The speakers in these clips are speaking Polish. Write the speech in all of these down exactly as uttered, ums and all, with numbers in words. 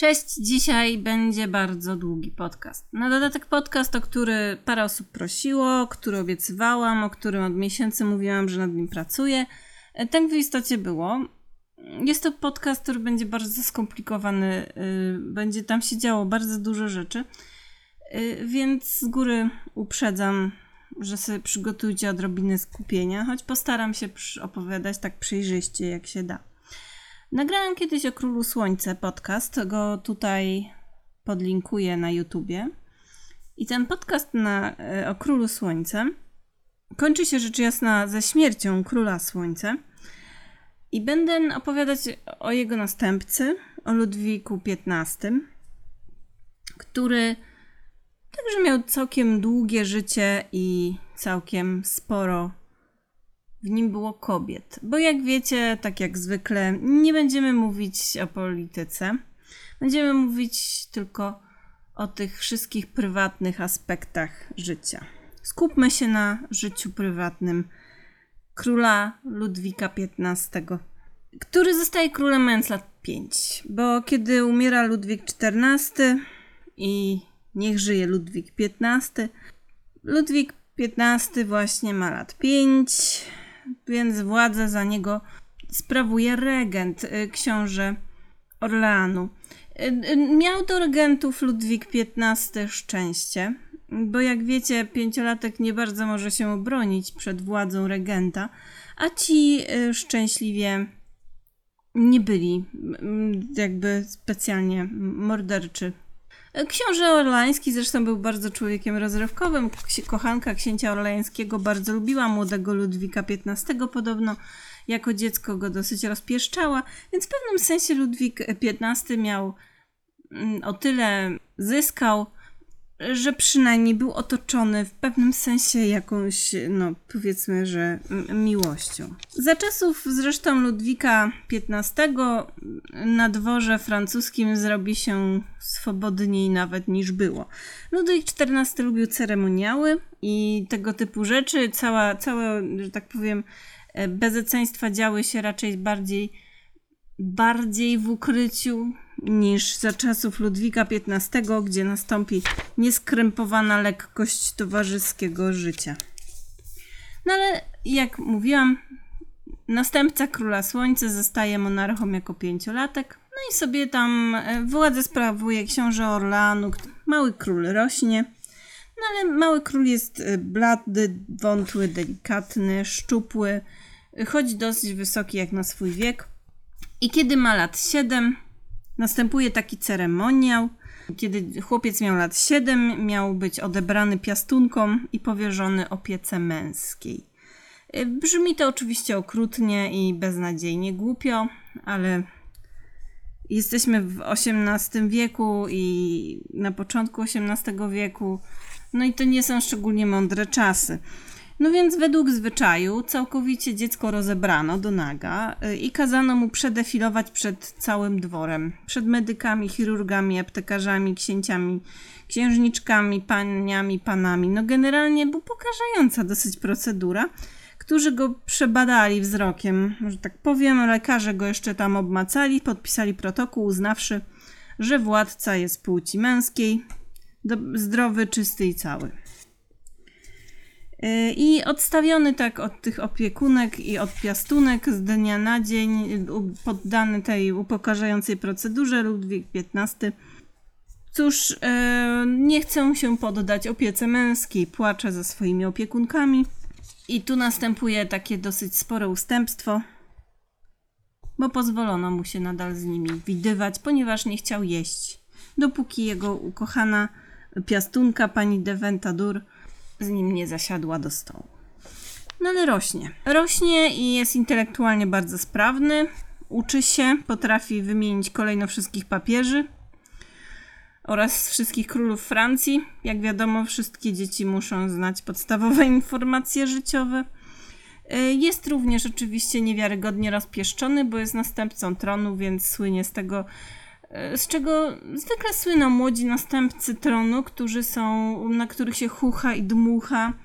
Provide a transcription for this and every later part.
Cześć, dzisiaj będzie bardzo długi podcast. Na dodatek podcast, o który parę osób prosiło, który obiecywałam, o którym od miesięcy mówiłam, że nad nim pracuję. Tak w istocie było. Jest to podcast, który będzie bardzo skomplikowany, będzie tam się działo bardzo dużo rzeczy, więc z góry uprzedzam, że sobie przygotujcie odrobinę skupienia, choć postaram się opowiadać tak przejrzyście jak się da. Nagrałam kiedyś o Królu Słońca podcast, go tutaj podlinkuję na YouTubie. I ten podcast na, o Królu Słońca kończy się rzecz jasna ze śmiercią Króla Słońca. I będę opowiadać o jego następcy, o Ludwiku piętnastym, który także miał całkiem długie życie i całkiem sporo w nim było kobiet. Bo jak wiecie, tak jak zwykle, nie będziemy mówić o polityce. Będziemy mówić tylko o tych wszystkich prywatnych aspektach życia. Skupmy się na życiu prywatnym króla Ludwika piętnastego, który zostaje królem mając lat pięć. Bo kiedy umiera Ludwik czternasty i niech żyje Ludwik piętnasty, Ludwik piętnasty właśnie ma lat pięć, więc władzę za niego sprawuje regent, książę Orleanu. Miał do regentów Ludwik piętnasty szczęście, bo jak wiecie, pięciolatek nie bardzo może się obronić przed władzą regenta, a ci szczęśliwie nie byli jakby specjalnie morderczy. Książę Orleański zresztą był bardzo człowiekiem rozrywkowym. Kochanka księcia orleańskiego bardzo lubiła młodego Ludwika piętnastego podobno. Jako dziecko go dosyć rozpieszczała, więc w pewnym sensie Ludwik piętnasty miał o tyle zyskał, że przynajmniej był otoczony w pewnym sensie jakąś, no powiedzmy, że miłością. Za czasów zresztą Ludwika piętnastego na dworze francuskim zrobi się swobodniej nawet niż było. Ludwik czternasty lubił ceremoniały i tego typu rzeczy. Cała, całe, że tak powiem, bezeceństwa działy się raczej bardziej, bardziej w ukryciu niż za czasów Ludwika piętnastego, gdzie nastąpi nieskrępowana lekkość towarzyskiego życia. No ale jak mówiłam, następca Króla Słońca zostaje monarchą jako pięciolatek, no i sobie tam władzę sprawuje książę Orleanu. Mały król rośnie, no ale mały król jest blady, wątły, delikatny, szczupły, choć dosyć wysoki jak na swój wiek. I kiedy ma lat siedem, następuje taki ceremoniał. Kiedy chłopiec miał lat siedem, miał być odebrany piastunkom i powierzony opiece męskiej. Brzmi to oczywiście okrutnie i beznadziejnie głupio, ale jesteśmy w osiemnastym wieku i na początku osiemnastego wieku, no i to nie są szczególnie mądre czasy. No więc według zwyczaju całkowicie dziecko rozebrano do naga i kazano mu przedefilować przed całym dworem. Przed medykami, chirurgami, aptekarzami, księciami, księżniczkami, paniami, panami. No generalnie była pokażająca dosyć procedura, którzy go przebadali wzrokiem, że tak powiem. Lekarze go jeszcze tam obmacali, podpisali protokół, uznawszy, że władca jest płci męskiej, zdrowy, czysty i cały. I odstawiony tak od tych opiekunek i od piastunek z dnia na dzień, poddany tej upokarzającej procedurze, Ludwik piętnasty, cóż, nie chce się poddać opiece męskiej, płacze za swoimi opiekunkami i tu następuje takie dosyć spore ustępstwo, bo pozwolono mu się nadal z nimi widywać, ponieważ nie chciał jeść, dopóki jego ukochana piastunka, pani de Ventadour, z nim nie zasiadła do stołu. No ale rośnie. Rośnie i jest intelektualnie bardzo sprawny. Uczy się, potrafi wymienić kolejno wszystkich papieży oraz wszystkich królów Francji. Jak wiadomo, wszystkie dzieci muszą znać podstawowe informacje życiowe. Jest również oczywiście niewiarygodnie rozpieszczony, bo jest następcą tronu, więc słynie z tego, z czego zwykle słyną młodzi następcy tronu, którzy są, na których się chucha i dmucha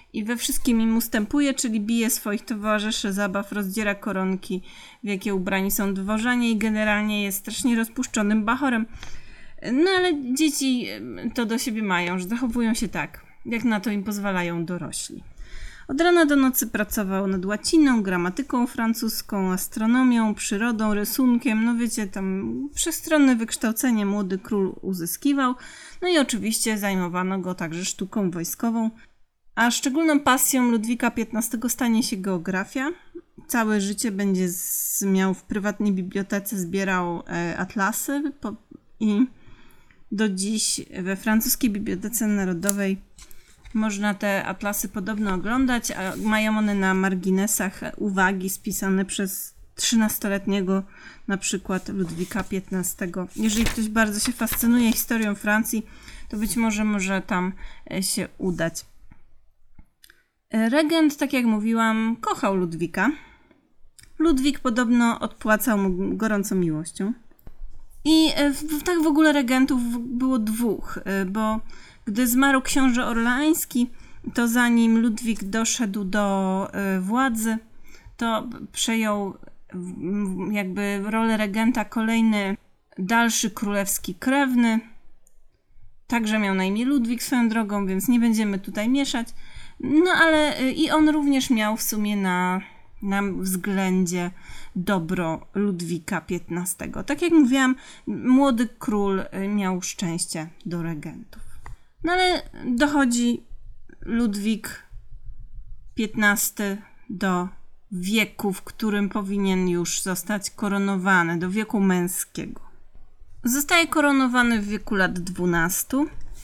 i we wszystkim im ustępuje, czyli bije swoich towarzyszy zabaw, rozdziera koronki, w jakie ubrani są dworzanie i generalnie jest strasznie rozpuszczonym bachorem. No ale dzieci to do siebie mają, że zachowują się tak, jak na to im pozwalają dorośli. Od rana do nocy pracował nad łaciną, gramatyką francuską, astronomią, przyrodą, rysunkiem. No wiecie, tam wszechstronne wykształcenie młody król uzyskiwał. No i oczywiście zajmowano go także sztuką wojskową. A szczególną pasją Ludwika piętnastego stanie się geografia. Całe życie będzie z, miał w prywatnej bibliotece, zbierał e, atlasy po, i do dziś we francuskiej Bibliotece Narodowej można te atlasy podobno oglądać, a mają one na marginesach uwagi spisane przez trzynastoletniego na przykład Ludwika piętnastego. Jeżeli ktoś bardzo się fascynuje historią Francji, to być może może tam się udać. Regent, tak jak mówiłam, kochał Ludwika. Ludwik podobno odpłacał mu gorącą miłością. I tak w ogóle regentów było dwóch, bo gdy zmarł książę Orleański, to zanim Ludwik doszedł do władzy, to przejął jakby rolę regenta kolejny dalszy królewski krewny. Także miał na imię Ludwik swoją drogą, więc nie będziemy tutaj mieszać. No ale i on również miał w sumie na, na względzie dobro Ludwika piętnastego. Tak jak mówiłam, młody król miał szczęście do regentów. No ale dochodzi Ludwik piętnasty do wieku, w którym powinien już zostać koronowany, do wieku męskiego. Zostaje koronowany w wieku lat dwunastu.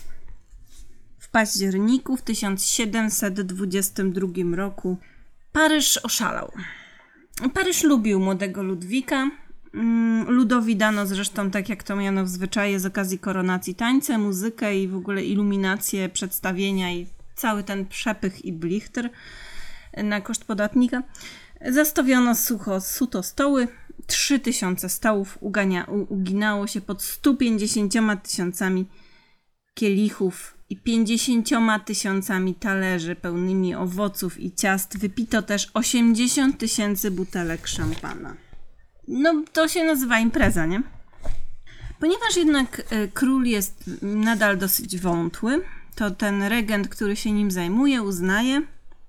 W październiku w tysiąc siedemset dwudziestym drugim roku Paryż oszalał. Paryż lubił młodego Ludwika. Ludowi dano zresztą, tak jak to miano w zwyczaju z okazji koronacji, tańce, muzykę i w ogóle iluminację, przedstawienia i cały ten przepych i blichtr na koszt podatnika. Zastawiono sucho, suto stoły. Trzy tysiące stołów ugania, uginało się pod stu pięćdziesięcioma tysiącami kielichów i pięćdziesięcioma tysiącami talerzy pełnymi owoców i ciast. Wypito też osiemdziesiąt tysięcy butelek szampana. No, to się nazywa impreza, nie? Ponieważ jednak y, król jest nadal dosyć wątły, to ten regent, który się nim zajmuje, uznaje,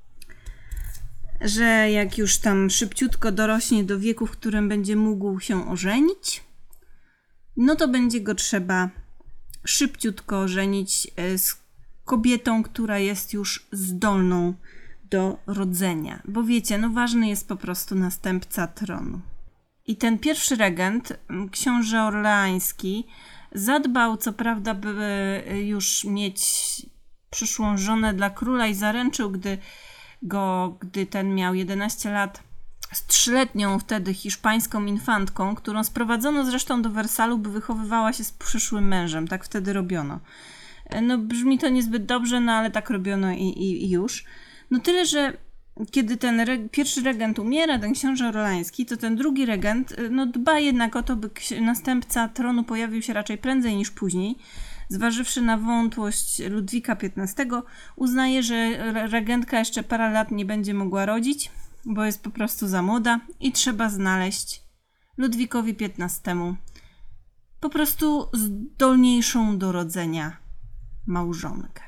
że jak już tam szybciutko dorośnie do wieku, w którym będzie mógł się ożenić, no to będzie go trzeba szybciutko ożenić z kobietą, która jest już zdolną do rodzenia. Bo wiecie, no ważny jest po prostu następca tronu. I ten pierwszy regent, książę Orleański, zadbał co prawda, by już mieć przyszłą żonę dla króla i zaręczył, gdy go, gdy ten miał jedenaście lat, z trzyletnią wtedy hiszpańską infantką, którą sprowadzono zresztą do Wersalu, by wychowywała się z przyszłym mężem. Tak wtedy robiono. No brzmi to niezbyt dobrze, no ale tak robiono i, i, i już. No tyle, że kiedy ten re- pierwszy regent umiera, ten książę Orleański, to ten drugi regent no dba jednak o to, by następca tronu pojawił się raczej prędzej niż później. Zważywszy na wątłość Ludwika piętnastego, uznaje, że regentka jeszcze parę lat nie będzie mogła rodzić, bo jest po prostu za młoda i trzeba znaleźć Ludwikowi piętnastemu po prostu zdolniejszą do rodzenia małżonkę.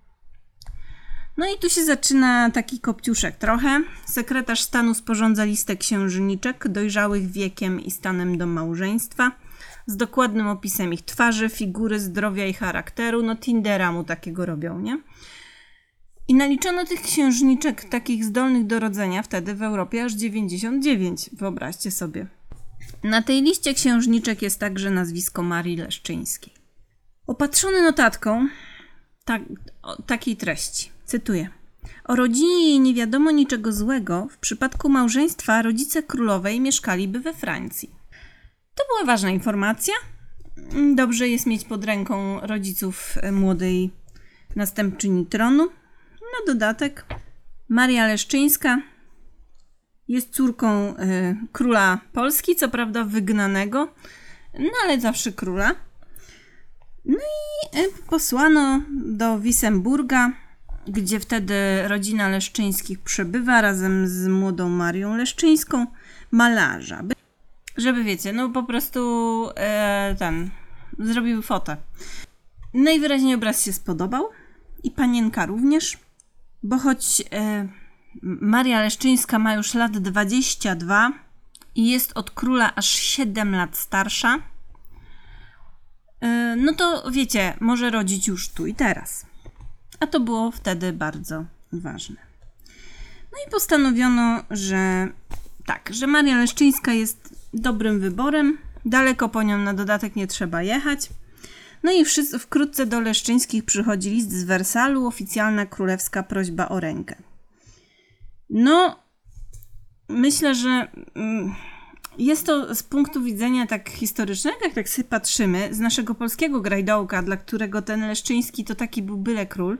No i tu się zaczyna taki kopciuszek trochę. Sekretarz stanu sporządza listę księżniczek dojrzałych wiekiem i stanem do małżeństwa z dokładnym opisem ich twarzy, figury, zdrowia i charakteru. No Tindera mu takiego robią, nie? I naliczono tych księżniczek takich zdolnych do rodzenia wtedy w Europie aż dziewięćdziesiąt dziewięć. Wyobraźcie sobie. Na tej liście księżniczek jest także nazwisko Marii Leszczyńskiej. Opatrzony notatką ta, o, takiej treści, cytuję. O rodzinie jej nie wiadomo niczego złego. W przypadku małżeństwa rodzice królowej mieszkaliby we Francji. To była ważna informacja. Dobrze jest mieć pod ręką rodziców młodej następczyni tronu. Na dodatek Maria Leszczyńska jest córką y, króla Polski, co prawda wygnanego, no ale zawsze króla. No i y, posłano do Wissemburga gdzie wtedy rodzina Leszczyńskich przebywa razem z młodą Marią Leszczyńską, malarza. Żeby wiecie, no po prostu e, ten, zrobił fotę. Najwyraźniej obraz się spodobał i panienka również, bo choć e, Maria Leszczyńska ma już lat dwadzieścia dwa i jest od króla aż siedem lat starsza, e, no to wiecie, może rodzić już tu i teraz. A to było wtedy bardzo ważne. No i postanowiono, że tak, że Maria Leszczyńska jest dobrym wyborem, daleko po nią na dodatek nie trzeba jechać. No i wszyscy, wkrótce do Leszczyńskich przychodzi list z Wersalu, oficjalna królewska prośba o rękę. No, myślę, że jest to z punktu widzenia tak historycznego, jak tak sobie patrzymy, z naszego polskiego grajdołka, dla którego ten Leszczyński to taki był byle król,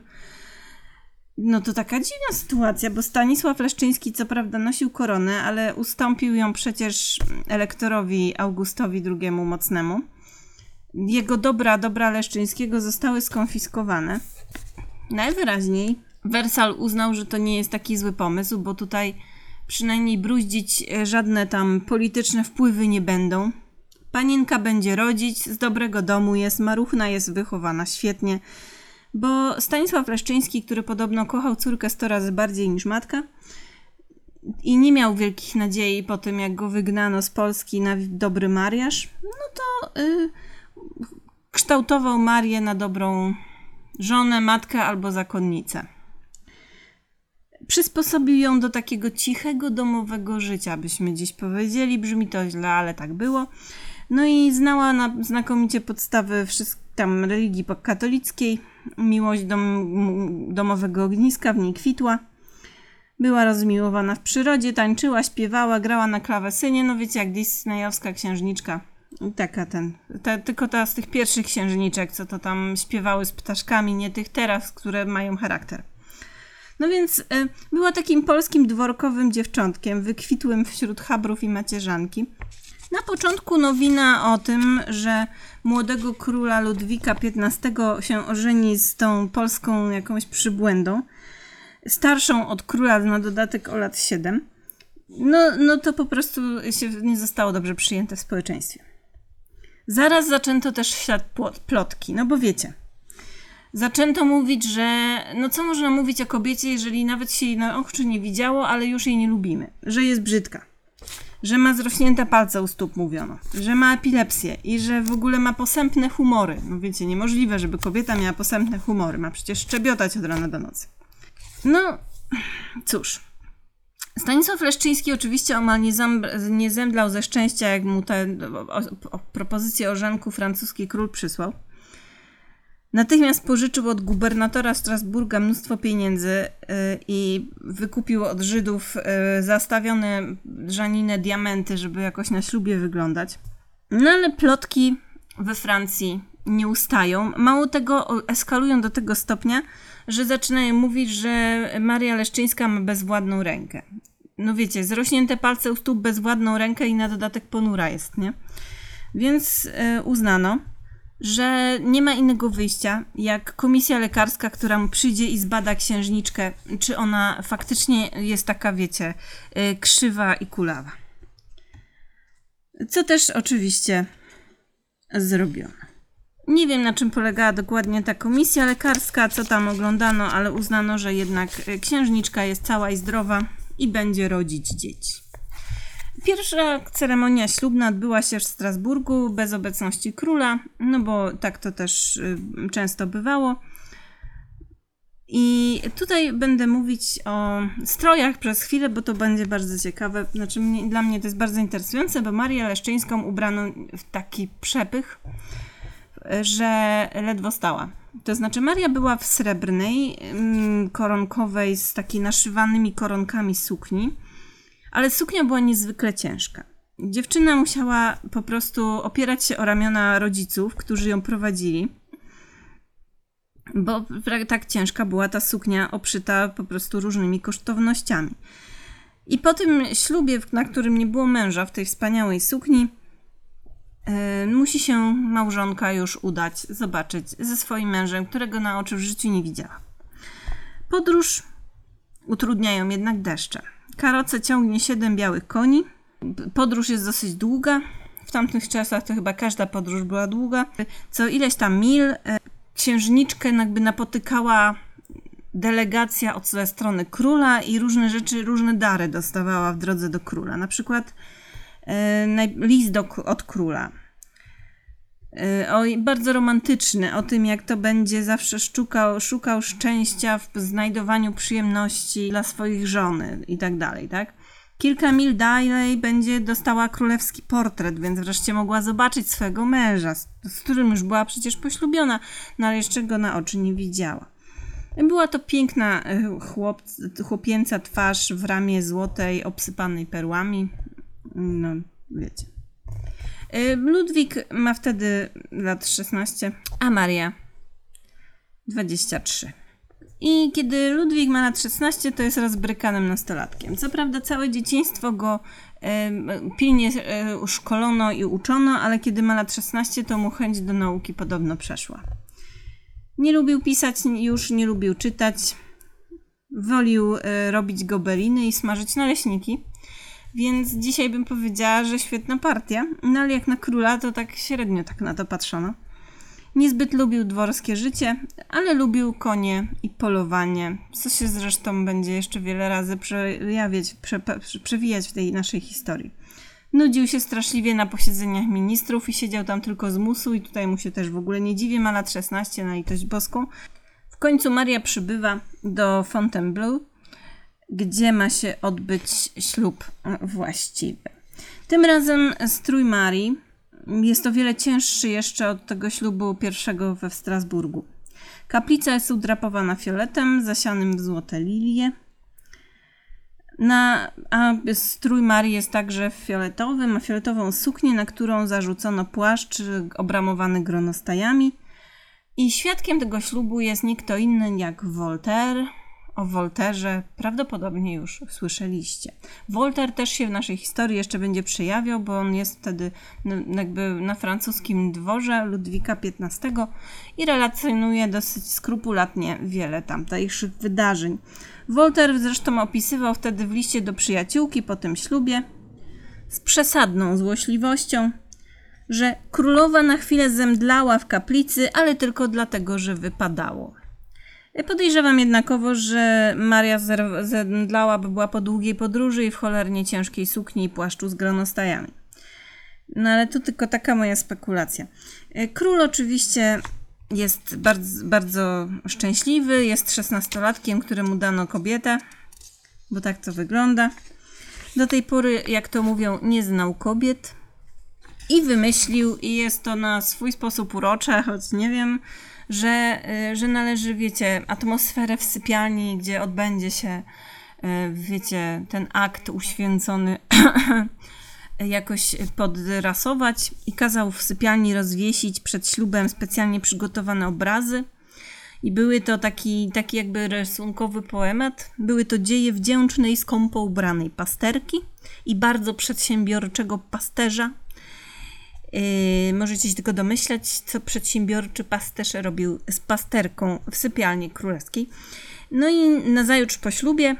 no to taka dziwna sytuacja, bo Stanisław Leszczyński co prawda nosił koronę, ale ustąpił ją przecież elektorowi Augustowi drugiemu Mocnemu. Jego dobra, dobra Leszczyńskiego zostały skonfiskowane. Najwyraźniej Wersal uznał, że to nie jest taki zły pomysł, bo tutaj przynajmniej bruździć żadne tam polityczne wpływy nie będą. Panienka będzie rodzić, z dobrego domu jest, maruchna jest wychowana świetnie, bo Stanisław Leszczyński, który podobno kochał córkę sto razy bardziej niż matka i nie miał wielkich nadziei po tym, jak go wygnano z Polski na dobry mariaż, no to yy, kształtował Marię na dobrą żonę, matkę albo zakonnicę. Przysposobił ją do takiego cichego, domowego życia, byśmy dziś powiedzieli. Brzmi to źle, ale tak było. No i znała na znakomicie podstawy wszystkich tam religii katolickiej. Miłość dom, domowego ogniska w niej kwitła. Była rozmiłowana w przyrodzie, tańczyła, śpiewała, grała na klawesynie. No wiecie, jak disneyowska księżniczka. Taka ten, ta, tylko ta z tych pierwszych księżniczek, co to tam śpiewały z ptaszkami, nie tych teraz, które mają charakter. No więc y, była takim polskim dworkowym dziewczątkiem, wykwitłym wśród chabrów i macierzanki. Na początku nowina o tym, że młodego króla Ludwika piętnastego się ożeni z tą polską jakąś przybłędą, starszą od króla na dodatek o lat siedem, no, no to po prostu się nie zostało dobrze przyjęte w społeczeństwie. Zaraz zaczęto też siać plotki, no bo wiecie, zaczęto mówić, że no co można mówić o kobiecie, jeżeli nawet się jej na oczy nie widziało, ale już jej nie lubimy, że jest brzydka, że ma zrośnięte palce u stóp, mówiono, że ma epilepsję i że w ogóle ma posępne humory. No wiecie, niemożliwe, żeby kobieta miała posępne humory, ma przecież szczebiotać od rana do nocy. No, cóż. Stanisław Leszczyński oczywiście omal nie, zam- nie zemdlał ze szczęścia, jak mu tę propozycję orzenku francuski król przysłał. Natychmiast pożyczył od gubernatora Strasburga mnóstwo pieniędzy yy, i wykupił od Żydów yy, zastawione Żaninę diamenty, żeby jakoś na ślubie wyglądać. No ale plotki we Francji nie ustają. Mało tego, eskalują do tego stopnia, że zaczynają mówić, że Maria Leszczyńska ma bezwładną rękę. No wiecie, zrośnięte palce u stóp, bezwładną rękę i na dodatek ponura jest, nie? Więc yy, uznano, że nie ma innego wyjścia, jak komisja lekarska, która mu przyjdzie i zbada księżniczkę, czy ona faktycznie jest taka, wiecie, yy, krzywa i kulawa. Co też oczywiście zrobiono. Nie wiem, na czym polegała dokładnie ta komisja lekarska, co tam oglądano, ale uznano, że jednak księżniczka jest cała i zdrowa i będzie rodzić dzieci. Pierwsza ceremonia ślubna odbyła się w Strasburgu bez obecności króla, no bo tak to też y, często bywało. I tutaj będę mówić o strojach przez chwilę, bo to będzie bardzo ciekawe. Znaczy mnie, dla mnie to jest bardzo interesujące, bo Marię Leszczyńską ubrano w taki przepych, że ledwo stała. To znaczy Maria była w srebrnej, koronkowej, z takimi naszywanymi koronkami sukni, ale suknia była niezwykle ciężka. Dziewczyna musiała po prostu opierać się o ramiona rodziców, którzy ją prowadzili, bo tak ciężka była ta suknia obszyta po prostu różnymi kosztownościami. I po tym ślubie, na którym nie było męża w tej wspaniałej sukni, Yy, musi się małżonka już udać, zobaczyć ze swoim mężem, którego na oczy w życiu nie widziała. Podróż utrudniają jednak deszcze. Karocę ciągnie siedem białych koni. Podróż jest dosyć długa. W tamtych czasach to chyba każda podróż była długa. Co ileś tam mil księżniczkę jakby napotykała delegacja od ze strony króla i różne rzeczy, różne dary dostawała w drodze do króla. Na przykład e, list do, od króla. E, o, bardzo romantyczny, o tym jak to będzie zawsze szukał, szukał szczęścia w znajdowaniu przyjemności dla swoich żony i tak dalej, tak? Kilka mil dalej będzie dostała królewski portret, więc wreszcie mogła zobaczyć swojego męża, z, z którym już była przecież poślubiona, no ale jeszcze go na oczy nie widziała. Była to piękna chłop, chłopięca twarz w ramie złotej, obsypanej perłami. No, wiecie. Ludwik ma wtedy lat szesnaście, a Maria dwadzieścia trzy. I kiedy Ludwik ma lat szesnaście, to jest rozbrykanym nastolatkiem. Co prawda całe dzieciństwo go e, pilnie e, szkolono i uczono, ale kiedy ma lat szesnaście, to mu chęć do nauki podobno przeszła. Nie lubił pisać już, nie lubił czytać. Wolił e, robić gobeliny i smażyć naleśniki. Więc dzisiaj bym powiedziała, że świetna partia. No ale jak na króla, to tak średnio tak na to patrzono. Niezbyt lubił dworskie życie, ale lubił konie i polowanie, co się zresztą będzie jeszcze wiele razy przejawiać, prze, prze, przewijać w tej naszej historii. Nudził się straszliwie na posiedzeniach ministrów i siedział tam tylko z musu i tutaj mu się też w ogóle nie dziwię, ma lat szesnaście, na litość boską. W końcu Maria przybywa do Fontainebleau, gdzie ma się odbyć ślub właściwy. Tym razem strój Marii jest o wiele cięższy jeszcze od tego ślubu pierwszego we Strasburgu. Kaplica jest udrapowana fioletem, zasianym w złote lilie. Na, a strój Marii jest także fioletowy, ma fioletową suknię, na którą zarzucono płaszcz obramowany gronostajami. I świadkiem tego ślubu jest nie kto inny jak Voltaire. O Voltairze prawdopodobnie już słyszeliście. Voltaire też się w naszej historii jeszcze będzie przejawiał, bo on jest wtedy jakby na francuskim dworze Ludwika piętnastego i relacjonuje dosyć skrupulatnie wiele tamtejszych wydarzeń. Voltaire zresztą opisywał wtedy w liście do przyjaciółki po tym ślubie z przesadną złośliwością, że królowa na chwilę zemdlała w kaplicy, ale tylko dlatego, że wypadało. Podejrzewam jednakowo, że Maria zemdlała, by była po długiej podróży i w cholernie ciężkiej sukni i płaszczu z gronostajami. No ale to tylko taka moja spekulacja. Król oczywiście jest bardzo, bardzo szczęśliwy, jest szesnastolatkiem, któremu dano kobietę, bo tak to wygląda. Do tej pory, jak to mówią, nie znał kobiet i wymyślił, i jest to na swój sposób urocze, choć nie wiem, że, że należy, wiecie, atmosferę w sypialni, gdzie odbędzie się, wiecie, ten akt uświęcony jakoś podrasować i kazał w sypialni rozwiesić przed ślubem specjalnie przygotowane obrazy. I były to taki, taki jakby rysunkowy poemat. Były to dzieje wdzięcznej, skąpo ubranej pasterki i bardzo przedsiębiorczego pasterza. Yy, możecie się tylko domyślać, co przedsiębiorczy pasterz robił z pasterką w sypialni królewskiej. No i nazajutrz po ślubie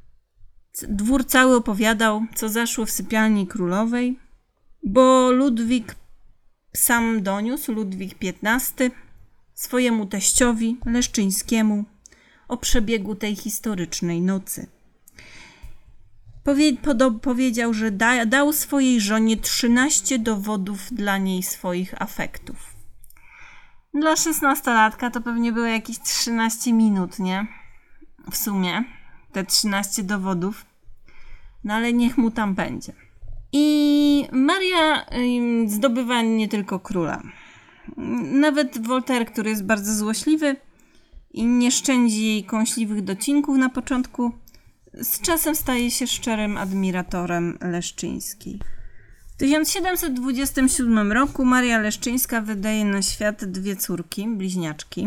dwór cały opowiadał, co zaszło w sypialni królowej, bo Ludwik sam doniósł, Ludwik piętnasty, swojemu teściowi Leszczyńskiemu o przebiegu tej historycznej nocy. Powie, podo, powiedział, że da, dał swojej żonie trzynaście dowodów dla niej swoich afektów. Dla szesnastolatka to pewnie było jakieś trzynaście minut, nie? W sumie te trzynaście dowodów. No ale niech mu tam będzie. I Maria zdobywa nie tylko króla. Nawet Voltaire, który jest bardzo złośliwy i nie szczędzi jej kąśliwych docinków na początku, z czasem staje się szczerym admiratorem Leszczyńskiej. W tysiąc siedemset dwudziestym siódmym roku Maria Leszczyńska wydaje na świat dwie córki, bliźniaczki.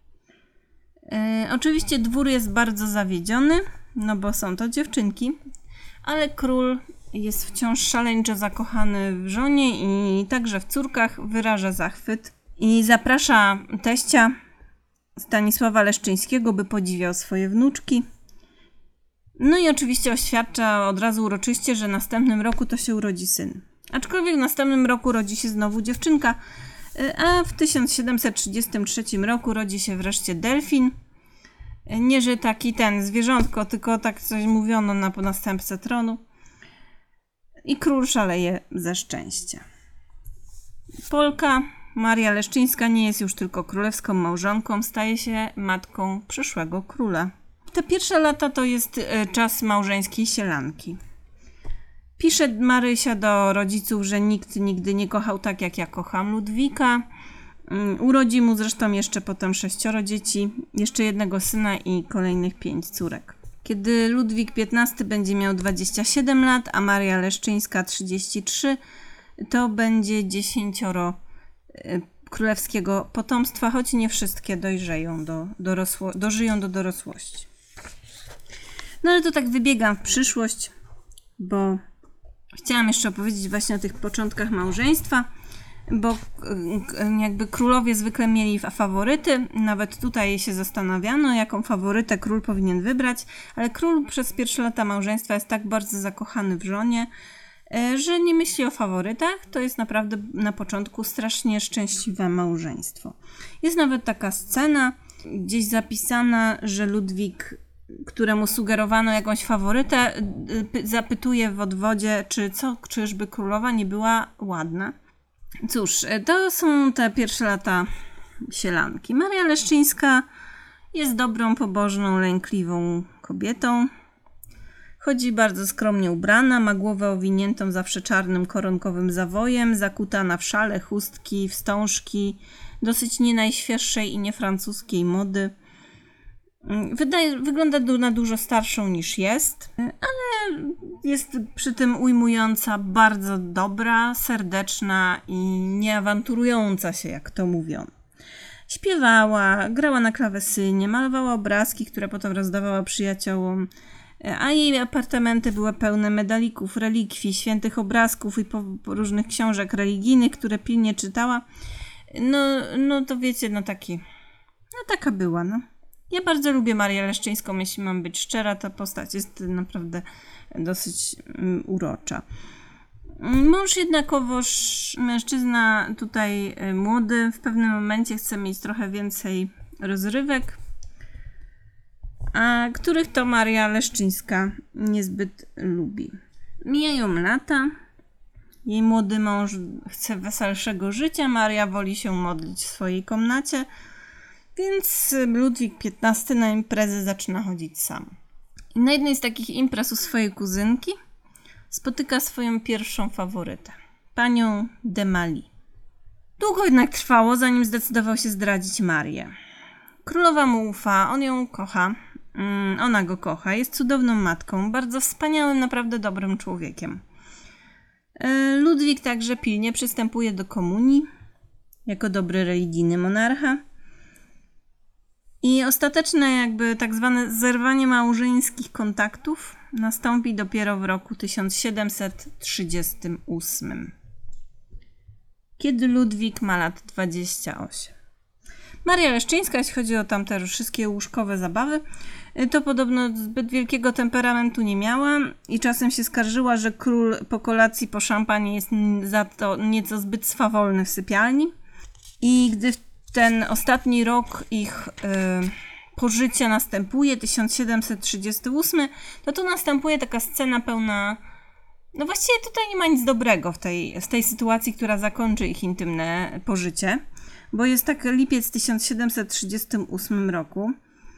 Yy, oczywiście dwór jest bardzo zawiedziony, no bo są to dziewczynki, ale król jest wciąż szaleńczo zakochany w żonie i także w córkach, wyraża zachwyt i zaprasza teścia Stanisława Leszczyńskiego, by podziwiał swoje wnuczki. No i oczywiście oświadcza od razu uroczyście, że w następnym roku to się urodzi syn. Aczkolwiek w następnym roku rodzi się znowu dziewczynka, a w tysiąc siedemset trzydziestym trzecim roku rodzi się wreszcie delfin. Nie, że taki ten zwierzątko, tylko tak coś mówiono na następcę tronu. I król szaleje ze szczęścia. Polka Maria Leszczyńska nie jest już tylko królewską małżonką, staje się matką przyszłego króla. Te pierwsze lata to jest czas małżeńskiej sielanki. Pisze Marysia do rodziców, że nikt nigdy nie kochał tak, jak ja kocham Ludwika. Urodzi mu zresztą jeszcze potem sześcioro dzieci, jeszcze jednego syna i kolejnych pięć córek. Kiedy Ludwik piętnasty będzie miał dwadzieścia siedem lat, a Maria Leszczyńska trzydzieści trzy, to będzie dziesięcioro królewskiego potomstwa, choć nie wszystkie dojrzeją do dorosło- dożyją do dorosłości. No ale to tak wybiegam w przyszłość, bo chciałam jeszcze opowiedzieć właśnie o tych początkach małżeństwa, bo jakby królowie zwykle mieli faworyty, nawet tutaj się zastanawiano, jaką faworytę król powinien wybrać, ale król przez pierwsze lata małżeństwa jest tak bardzo zakochany w żonie, że nie myśli o faworytach. To jest naprawdę na początku strasznie szczęśliwe małżeństwo. Jest nawet taka scena gdzieś zapisana, że Ludwik, któremu sugerowano jakąś faworytę, zapytuje w odwodzie, czy co, czyżby królowa nie była ładna. Cóż, to są te pierwsze lata sielanki. Maria Leszczyńska jest dobrą, pobożną, lękliwą kobietą. Chodzi bardzo skromnie ubrana, ma głowę owiniętą zawsze czarnym koronkowym zawojem, zakutana w szale, chustki, wstążki, dosyć nie najświeższej i nie francuskiej mody. Wydaje, wygląda na dużo starszą niż jest, ale jest przy tym ujmująca, bardzo dobra, serdeczna i nieawanturująca się, jak to mówią. Śpiewała, grała na klawesynie, malowała obrazki, które potem rozdawała przyjaciołom, a jej apartamenty były pełne medalików, relikwii, świętych obrazków i po, po różnych książek religijnych, które pilnie czytała. No, no to wiecie, no taki, no taka była, no. Ja bardzo lubię Marię Leszczyńską, jeśli mam być szczera, ta postać jest naprawdę dosyć um, urocza. Mąż jednakowoż, mężczyzna tutaj młody, w pewnym momencie chce mieć trochę więcej rozrywek, a których to Maria Leszczyńska niezbyt lubi. Mijają lata, jej młody mąż chce weselszego życia, Maria woli się modlić w swojej komnacie, więc Ludwik piętnasty na imprezy zaczyna chodzić sam. I na jednej z takich imprez u swojej kuzynki spotyka swoją pierwszą faworytę, panią de Mali. Długo jednak trwało, zanim zdecydował się zdradzić Marię. Królowa mu ufa, on ją kocha, ona go kocha, jest cudowną matką, bardzo wspaniałym, naprawdę dobrym człowiekiem. Ludwik także pilnie przystępuje do komunii, jako dobry religijny monarcha. I ostateczne jakby tak zwane zerwanie małżeńskich kontaktów nastąpi dopiero w roku tysiąc siedemset trzydziestym ósmym, kiedy Ludwik ma lat dwadzieścia osiem. Maria Leszczyńska, jeśli chodzi o tamte wszystkie łóżkowe zabawy, to podobno zbyt wielkiego temperamentu nie miała i czasem się skarżyła, że król po kolacji po szampanie jest za to nieco zbyt swawolny w sypialni. I gdy ten ostatni rok ich y, pożycia następuje, tysiąc siedemset trzydziesty ósmy, to tu następuje taka scena pełna, no właściwie tutaj nie ma nic dobrego w tej, w tej sytuacji, która zakończy ich intymne pożycie, bo jest tak lipiec tysiąc siedemset trzydziestym ósmym roku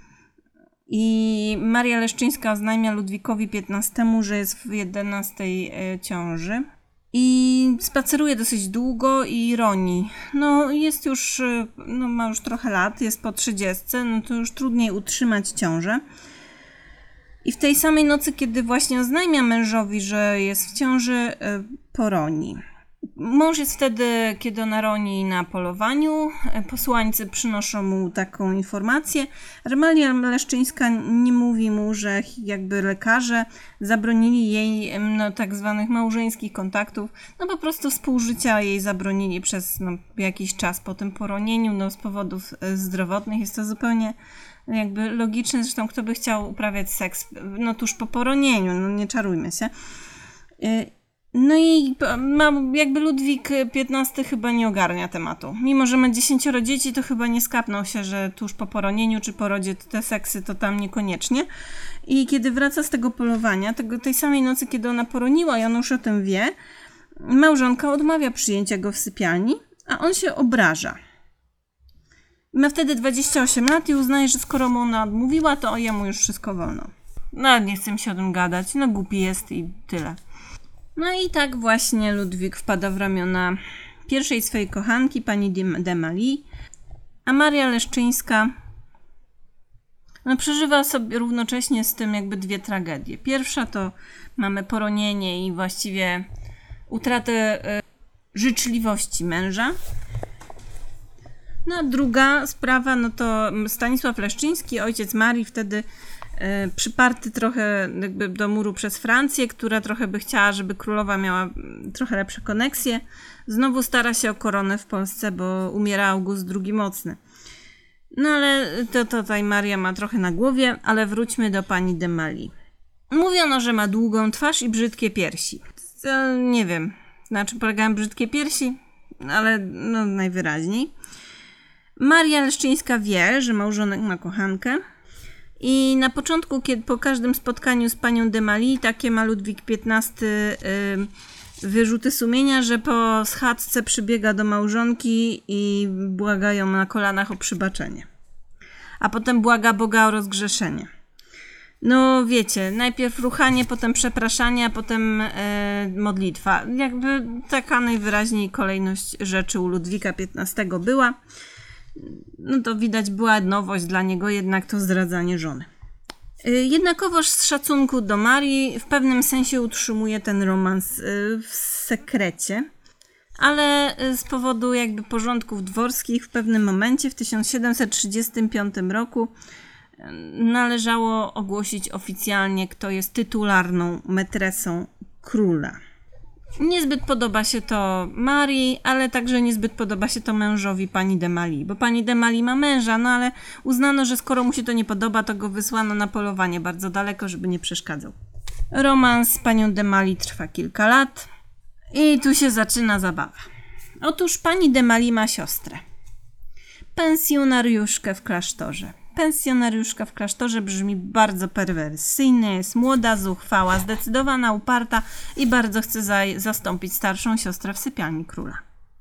i Maria Leszczyńska oznajmia Ludwikowi piętnastemu, że jest w jedenastej y, ciąży. I spaceruje dosyć długo i roni. No jest już, no ma już trochę lat, jest po trzydziestce, no to już trudniej utrzymać ciążę. I w tej samej nocy, kiedy właśnie oznajmia mężowi, że jest w ciąży, poroni. Mąż jest wtedy, kiedy ona roni, na polowaniu. Posłańcy przynoszą mu taką informację. Maria Leszczyńska nie mówi mu, że jakby lekarze zabronili jej no, tak zwanych małżeńskich kontaktów. No po prostu współżycia jej zabronili przez no, jakiś czas po tym poronieniu, no z powodów zdrowotnych. Jest to zupełnie jakby logiczne. Zresztą kto by chciał uprawiać seks no tuż po poronieniu, no nie czarujmy się. No i ma, jakby Ludwik piętnasty chyba nie ogarnia tematu. Mimo że ma dziesięcioro dzieci, to chyba nie skapnął się, że tuż po poronieniu czy porodzie te seksy to tam niekoniecznie. I kiedy wraca z tego polowania, tego, tej samej nocy, kiedy ona poroniła i on już o tym wie, małżonka odmawia przyjęcia go w sypialni, a on się obraża. Ma wtedy dwadzieścia osiem lat i uznaje, że skoro mu ona odmówiła, to jemu już wszystko wolno. No nie chcę mi się o tym gadać, no głupi jest i tyle. No i tak właśnie Ludwik wpada w ramiona pierwszej swojej kochanki, pani de Malie, a Maria Leszczyńska no, przeżywa sobie równocześnie z tym jakby dwie tragedie. Pierwsza to mamy poronienie i właściwie utratę y, życzliwości męża. No a druga sprawa, no to Stanisław Leszczyński, ojciec Marii, wtedy y, przyparty trochę jakby do muru przez Francję, która trochę by chciała, żeby królowa miała trochę lepsze koneksje. Znowu stara się o koronę w Polsce, bo umiera August drugi Mocny. No ale to, to tutaj Maria ma trochę na głowie, ale wróćmy do pani de Malie. Mówiono, że ma długą twarz i brzydkie piersi. To, nie wiem, na czym polegają brzydkie piersi, ale no najwyraźniej. Maria Leszczyńska wie, że małżonek ma kochankę i na początku, kiedy po każdym spotkaniu z panią de Malie, takie ma Ludwik piętnasty yy, wyrzuty sumienia, że po schadzce przybiega do małżonki i błaga ją na kolanach o przebaczenie. A potem błaga Boga o rozgrzeszenie. No wiecie, najpierw ruchanie, potem przepraszanie, a potem yy, modlitwa. Jakby taka najwyraźniej kolejność rzeczy u Ludwika piętnastego była. No to widać była nowość dla niego, jednak to zdradzanie żony. Jednakowoż z szacunku do Marii w pewnym sensie utrzymuje ten romans w sekrecie, ale z powodu jakby porządków dworskich w pewnym momencie w tysiąc siedemset trzydziestym piątym roku należało ogłosić oficjalnie, kto jest tytularną metresą króla. Niezbyt podoba się to Marii, ale także niezbyt podoba się to mężowi pani de Malie, bo pani de Malie ma męża, no ale uznano, że skoro mu się to nie podoba, to go wysłano na polowanie bardzo daleko, żeby nie przeszkadzał. Romans z panią de Malie trwa kilka lat i tu się zaczyna zabawa. Otóż pani de Malie ma siostrę, pensjonariuszkę w klasztorze. Pensjonariuszka w klasztorze brzmi bardzo perwersyjnie, jest młoda, zuchwała, zdecydowana, uparta i bardzo chce za- zastąpić starszą siostrę w sypialni króla.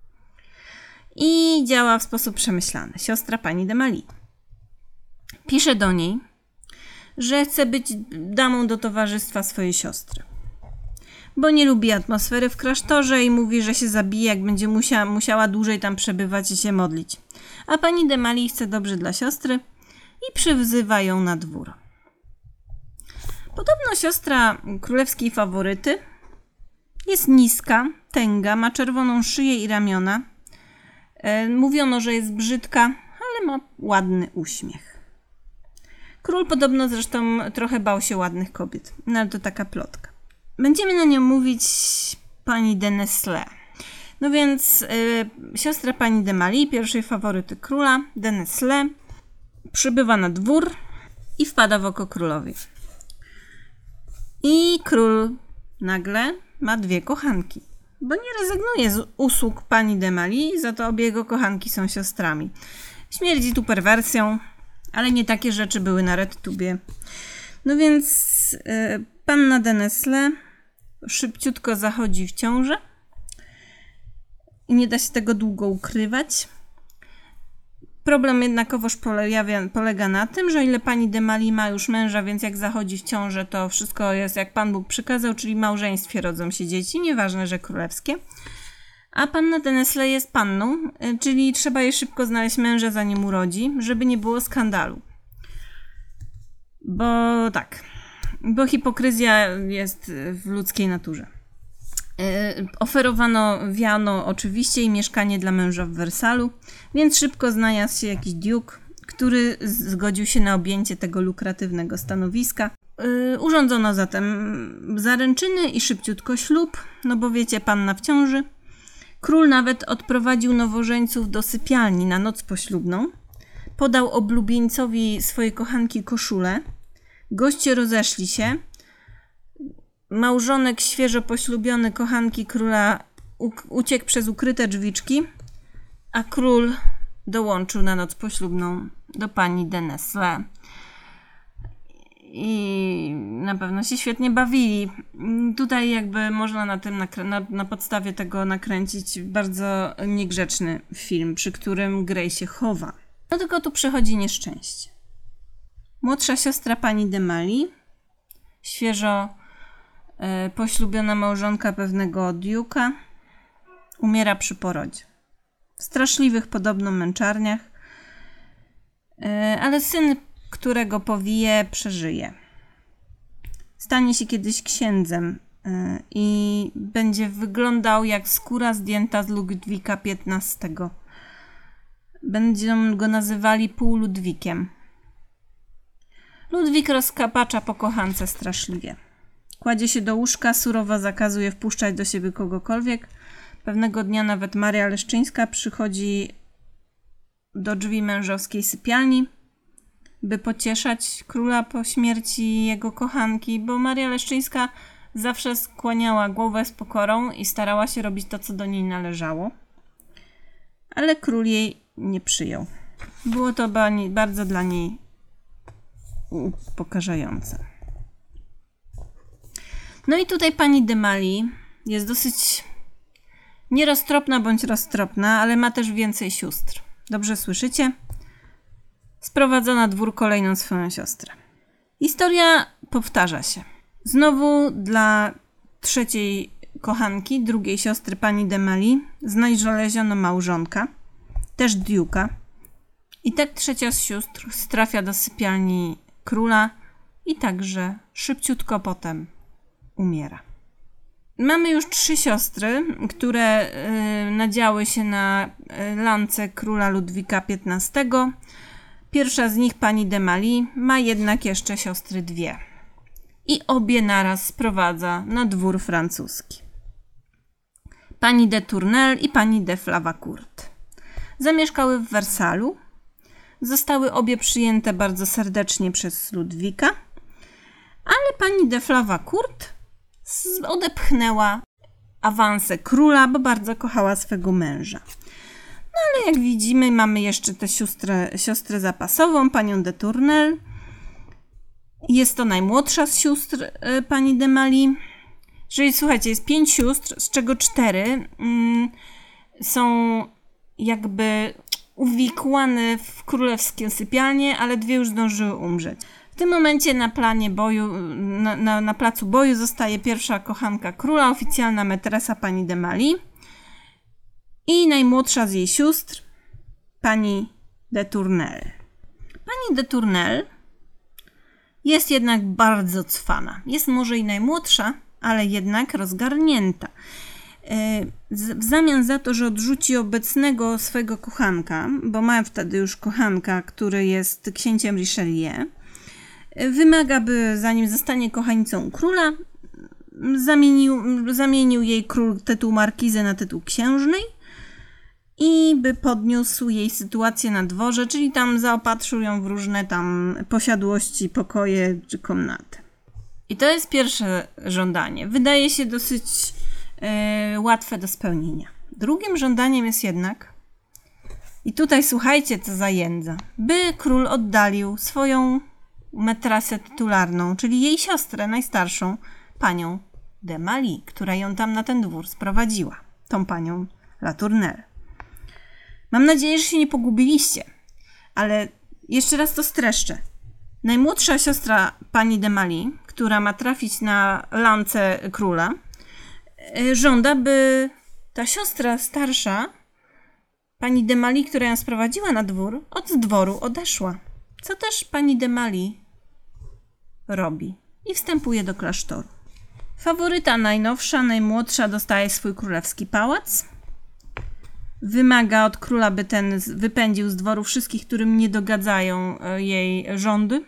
I działa w sposób przemyślany. Siostra pani de Malie pisze do niej, że chce być damą do towarzystwa swojej siostry, bo nie lubi atmosfery w klasztorze i mówi, że się zabije, jak będzie musia- musiała dłużej tam przebywać i się modlić. A pani de Malie chce dobrze dla siostry i przywyzywa ją na dwór. Podobno siostra królewskiej faworyty jest niska, tęga, ma czerwoną szyję i ramiona. E, mówiono, że jest brzydka, ale ma ładny uśmiech. Król podobno zresztą trochę bał się ładnych kobiet, no ale to taka plotka. Będziemy na nią mówić pani de Nesle. No więc e, siostra pani de Malie, pierwszej faworyty króla, de Nesle, przybywa na dwór i wpada w oko królowi. I król nagle ma dwie kochanki, bo nie rezygnuje z usług pani de Malie, za to obie jego kochanki są siostrami. Śmierdzi tu perwersją, ale nie takie rzeczy były na RedTubie. No więc yy, panna de Nesle szybciutko zachodzi w ciążę i nie da się tego długo ukrywać. Problem jednakowoż polega, polega na tym, że o ile pani de Malie ma już męża, więc jak zachodzi w ciążę, to wszystko jest jak Pan Bóg przykazał, czyli w małżeństwie rodzą się dzieci, nieważne, że królewskie. A panna de Nesle jest panną, czyli trzeba jej szybko znaleźć męża, zanim urodzi, żeby nie było skandalu. Bo tak, bo hipokryzja jest w ludzkiej naturze. Oferowano wiano oczywiście i mieszkanie dla męża w Wersalu, więc szybko znalazł się jakiś duke, który zgodził się na objęcie tego lukratywnego stanowiska. Yy, urządzono zatem zaręczyny i szybciutko ślub, no bo wiecie, panna w ciąży. Król nawet odprowadził nowożeńców do sypialni na noc poślubną. Podał oblubieńcowi swojej kochanki koszulę. Goście rozeszli się. Małżonek świeżo poślubiony kochanki króla uciekł przez ukryte drzwiczki, a król dołączył na noc poślubną do pani de Nesle. I na pewno się świetnie bawili. Tutaj jakby można na tym nakrę- na, na podstawie tego nakręcić bardzo niegrzeczny film, przy którym Grey się chowa. No tylko tu przychodzi nieszczęście. Młodsza siostra pani de Mali, świeżo e, poślubiona małżonka pewnego duke'a, umiera przy porodzie. W straszliwych podobno męczarniach, e, ale syn, którego powije, przeżyje. Stanie się kiedyś księdzem e, i będzie wyglądał jak skóra zdjęta z Ludwika piętnastego. Będą go nazywali półludwikiem. Ludwik rozkapacza po kochance straszliwie. Kładzie się do łóżka, surowo zakazuje wpuszczać do siebie kogokolwiek. Pewnego dnia nawet Maria Leszczyńska przychodzi do drzwi mężowskiej sypialni, by pocieszać króla po śmierci jego kochanki, bo Maria Leszczyńska zawsze skłaniała głowę z pokorą i starała się robić to, co do niej należało. Ale król jej nie przyjął. Było to bardzo dla niej upokarzające. No i tutaj pani de Mali jest dosyć nieroztropna bądź roztropna, ale ma też więcej sióstr. Dobrze słyszycie? Sprowadza na dwór kolejną swoją siostrę. Historia powtarza się. Znowu dla trzeciej kochanki, drugiej siostry pani de Mali, znaleziono małżonka, też duke'a. I tak trzecia z sióstr trafia do sypialni króla i także szybciutko potem umiera. Mamy już trzy siostry, które y, nadziały się na y, lance króla Ludwika piętnastego. Pierwsza z nich, pani de Mali, ma jednak jeszcze siostry dwie. I obie naraz sprowadza na dwór francuski. Pani de Tournelle i pani de Flavacourt. Zamieszkały w Wersalu. Zostały obie przyjęte bardzo serdecznie przez Ludwika, ale pani de Flavacourt odepchnęła awanse króla, bo bardzo kochała swego męża. No ale jak widzimy, mamy jeszcze tę siostrę, siostrę zapasową, panią de Tournelle. Jest to najmłodsza z sióstr y, pani de Mali. Czyli słuchajcie, jest pięć sióstr, z czego cztery mm, są jakby uwikłane w królewskie sypialnie, ale dwie już zdążyły umrzeć. W tym momencie na planie boju, na, na, na placu boju zostaje pierwsza kochanka króla, oficjalna metresa pani de Mali i najmłodsza z jej sióstr, pani de Tournelle. Pani de Tournelle jest jednak bardzo cwana. Jest może i najmłodsza, ale jednak rozgarnięta. W zamian za to, że odrzuci obecnego swego kochanka, bo ma wtedy już kochanka, który jest księciem Richelieu, wymaga, by zanim zostanie kochańcą króla, zamienił, zamienił jej król tytuł markizy na tytuł księżnej i by podniósł jej sytuację na dworze, czyli tam zaopatrzył ją w różne tam posiadłości, pokoje czy komnaty. I to jest pierwsze żądanie. Wydaje się dosyć yy, łatwe do spełnienia. Drugim żądaniem jest jednak, i tutaj słuchajcie co za jędza, by król oddalił swoją metrasę tytularną, czyli jej siostrę najstarszą, panią de Mali, która ją tam na ten dwór sprowadziła. Tą panią La Tournelle. Mam nadzieję, że się nie pogubiliście, ale jeszcze raz to streszczę. Najmłodsza siostra pani de Mali, która ma trafić na lance króla, żąda, by ta siostra starsza, pani de Mali, która ją sprowadziła na dwór, od dworu odeszła. Co też pani de Mali robi i wstępuje do klasztoru. Faworyta najnowsza, najmłodsza dostaje swój królewski pałac. Wymaga od króla, by ten wypędził z dworu wszystkich, którym nie dogadzają jej rządy.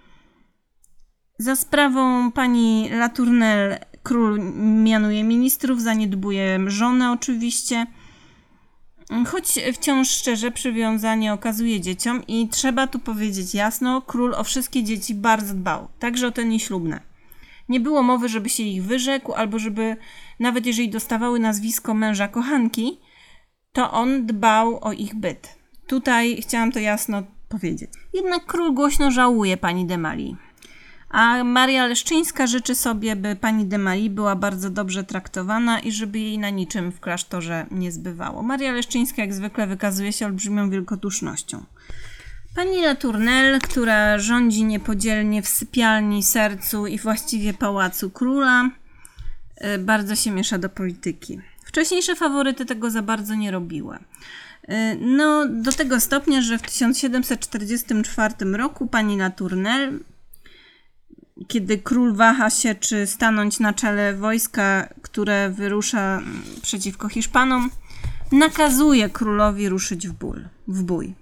Za sprawą pani Latournelle król mianuje ministrów, zaniedbuje żonę oczywiście. Choć wciąż szczerze przywiązanie okazuje dzieciom i trzeba tu powiedzieć jasno, król o wszystkie dzieci bardzo dbał, także o te nieślubne. Nie było mowy, żeby się ich wyrzekł, albo żeby, nawet jeżeli dostawały nazwisko męża kochanki, to on dbał o ich byt. Tutaj chciałam to jasno powiedzieć. Jednak król głośno żałuje pani Demali. A Maria Leszczyńska życzy sobie, by pani Demali była bardzo dobrze traktowana i żeby jej na niczym w klasztorze nie zbywało. Maria Leszczyńska jak zwykle wykazuje się olbrzymią wielkodusznością. Pani Latournelle, która rządzi niepodzielnie w sypialni, sercu i właściwie pałacu króla, bardzo się miesza do polityki. Wcześniejsze faworyty tego za bardzo nie robiły. No, do tego stopnia, że w tysiąc siedemset czterdziestym czwartym roku pani Latournelle, kiedy król waha się, czy stanąć na czele wojska, które wyrusza przeciwko Hiszpanom, nakazuje królowi ruszyć w, ból, w bój.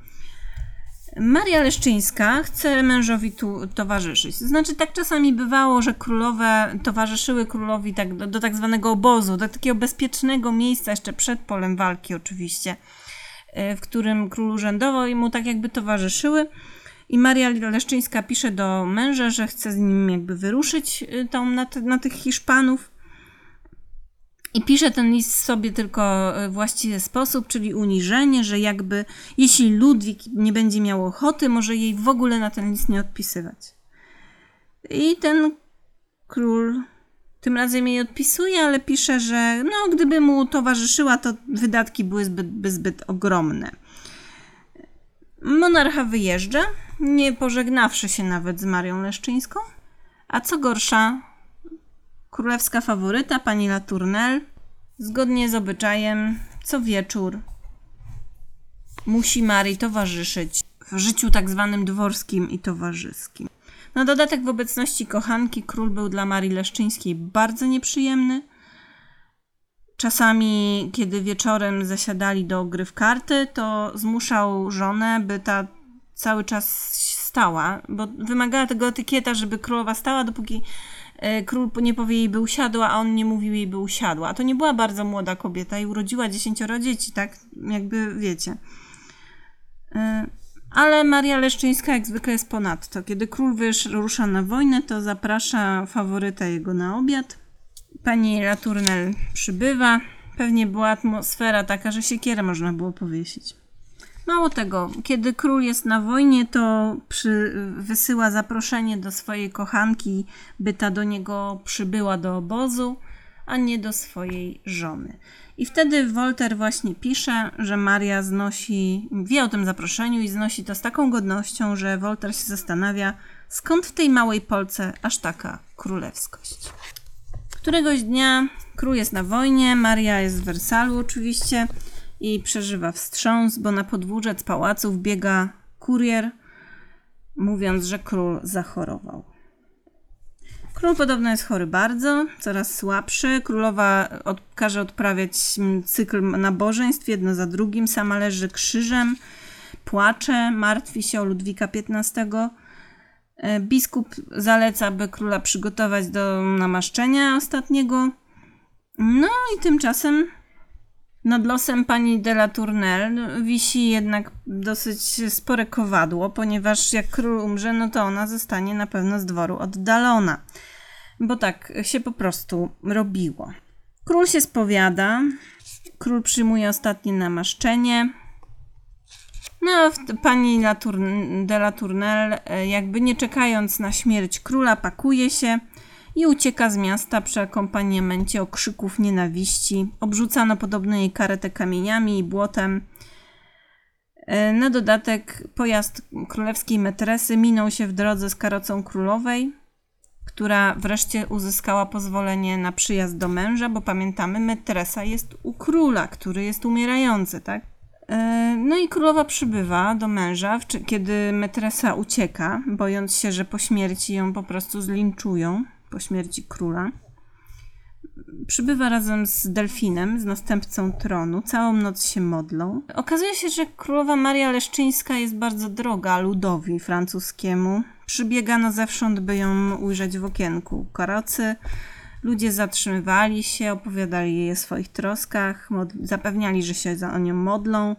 Maria Leszczyńska chce mężowi tu towarzyszyć. To znaczy tak czasami bywało, że królowe towarzyszyły królowi tak do, do tak zwanego obozu, do takiego bezpiecznego miejsca jeszcze przed polem walki oczywiście, w którym król urzędował i mu tak jakby towarzyszyły. I Maria Leszczyńska pisze do męża, że chce z nim jakby wyruszyć tą, na, te, na tych Hiszpanów. I pisze ten list sobie tylko w właściwy sposób, czyli uniżenie, że jakby jeśli Ludwik nie będzie miał ochoty, może jej w ogóle na ten list nie odpisywać. I ten król tym razem jej odpisuje, ale pisze, że no, gdyby mu towarzyszyła, to wydatki były zbyt, zbyt ogromne. Monarcha wyjeżdża, nie pożegnawszy się nawet z Marią Leszczyńską, a co gorsza, królewska faworyta, pani Latournelle, zgodnie z obyczajem, co wieczór musi Marii towarzyszyć w życiu tak zwanym dworskim i towarzyskim. Na dodatek w obecności kochanki król był dla Marii Leszczyńskiej bardzo nieprzyjemny. Czasami, kiedy wieczorem zasiadali do gry w karty, to zmuszał żonę, by ta cały czas stała, bo wymagała tego etykieta, żeby królowa stała, dopóki król nie powie jej, by usiadła, a on nie mówił jej, by usiadła. A to nie była bardzo młoda kobieta i urodziła dziesięcioro dzieci, tak? Jakby wiecie. Ale Maria Leszczyńska jak zwykle jest ponadto. Kiedy król rusza na wojnę, to zaprasza faworytę jego na obiad. Pani Latournelle przybywa. Pewnie była atmosfera taka, że siekierę można było powiesić. Mało tego, kiedy król jest na wojnie, to przy, wysyła zaproszenie do swojej kochanki, by ta do niego przybyła do obozu, a nie do swojej żony. I wtedy Voltaire właśnie pisze, że Maria znosi, wie o tym zaproszeniu i znosi to z taką godnością, że Voltaire się zastanawia, skąd w tej małej Polce aż taka królewskość. Któregoś dnia król jest na wojnie, Maria jest w Wersalu oczywiście i przeżywa wstrząs, bo na podwórze pałacu wbiega kurier, mówiąc, że król zachorował. Król podobno jest chory bardzo, coraz słabszy. Królowa od, każe odprawiać cykl nabożeństw jedno za drugim. Sama leży krzyżem, płacze, martwi się o Ludwika piętnastego. Biskup zaleca, by króla przygotować do namaszczenia ostatniego. No i tymczasem nad losem pani de Latournelle wisi jednak dosyć spore kowadło, ponieważ jak król umrze, no to ona zostanie na pewno z dworu oddalona. Bo tak się po prostu robiło. Król się spowiada, król przyjmuje ostatnie namaszczenie. No a pani de Latournelle, jakby nie czekając na śmierć króla, pakuje się i ucieka z miasta przy akompaniamencie okrzyków nienawiści. Obrzucano podobno jej karetę kamieniami i błotem. Na dodatek pojazd królewskiej metresy minął się w drodze z karocą królowej, która wreszcie uzyskała pozwolenie na przyjazd do męża, bo pamiętamy, metresa jest u króla, który jest umierający, tak? No i królowa przybywa do męża, kiedy metresa ucieka, bojąc się, że po śmierci ją po prostu zlinczują, po śmierci króla. przybywa razem z Delfinem, z następcą tronu. Całą noc się modlą. Okazuje się, że królowa Maria Leszczyńska jest bardzo droga ludowi francuskiemu. Przybiegano zewsząd, by ją ujrzeć w okienku karocy. Ludzie zatrzymywali się, opowiadali jej o swoich troskach, mod- zapewniali, że się za nią modlą.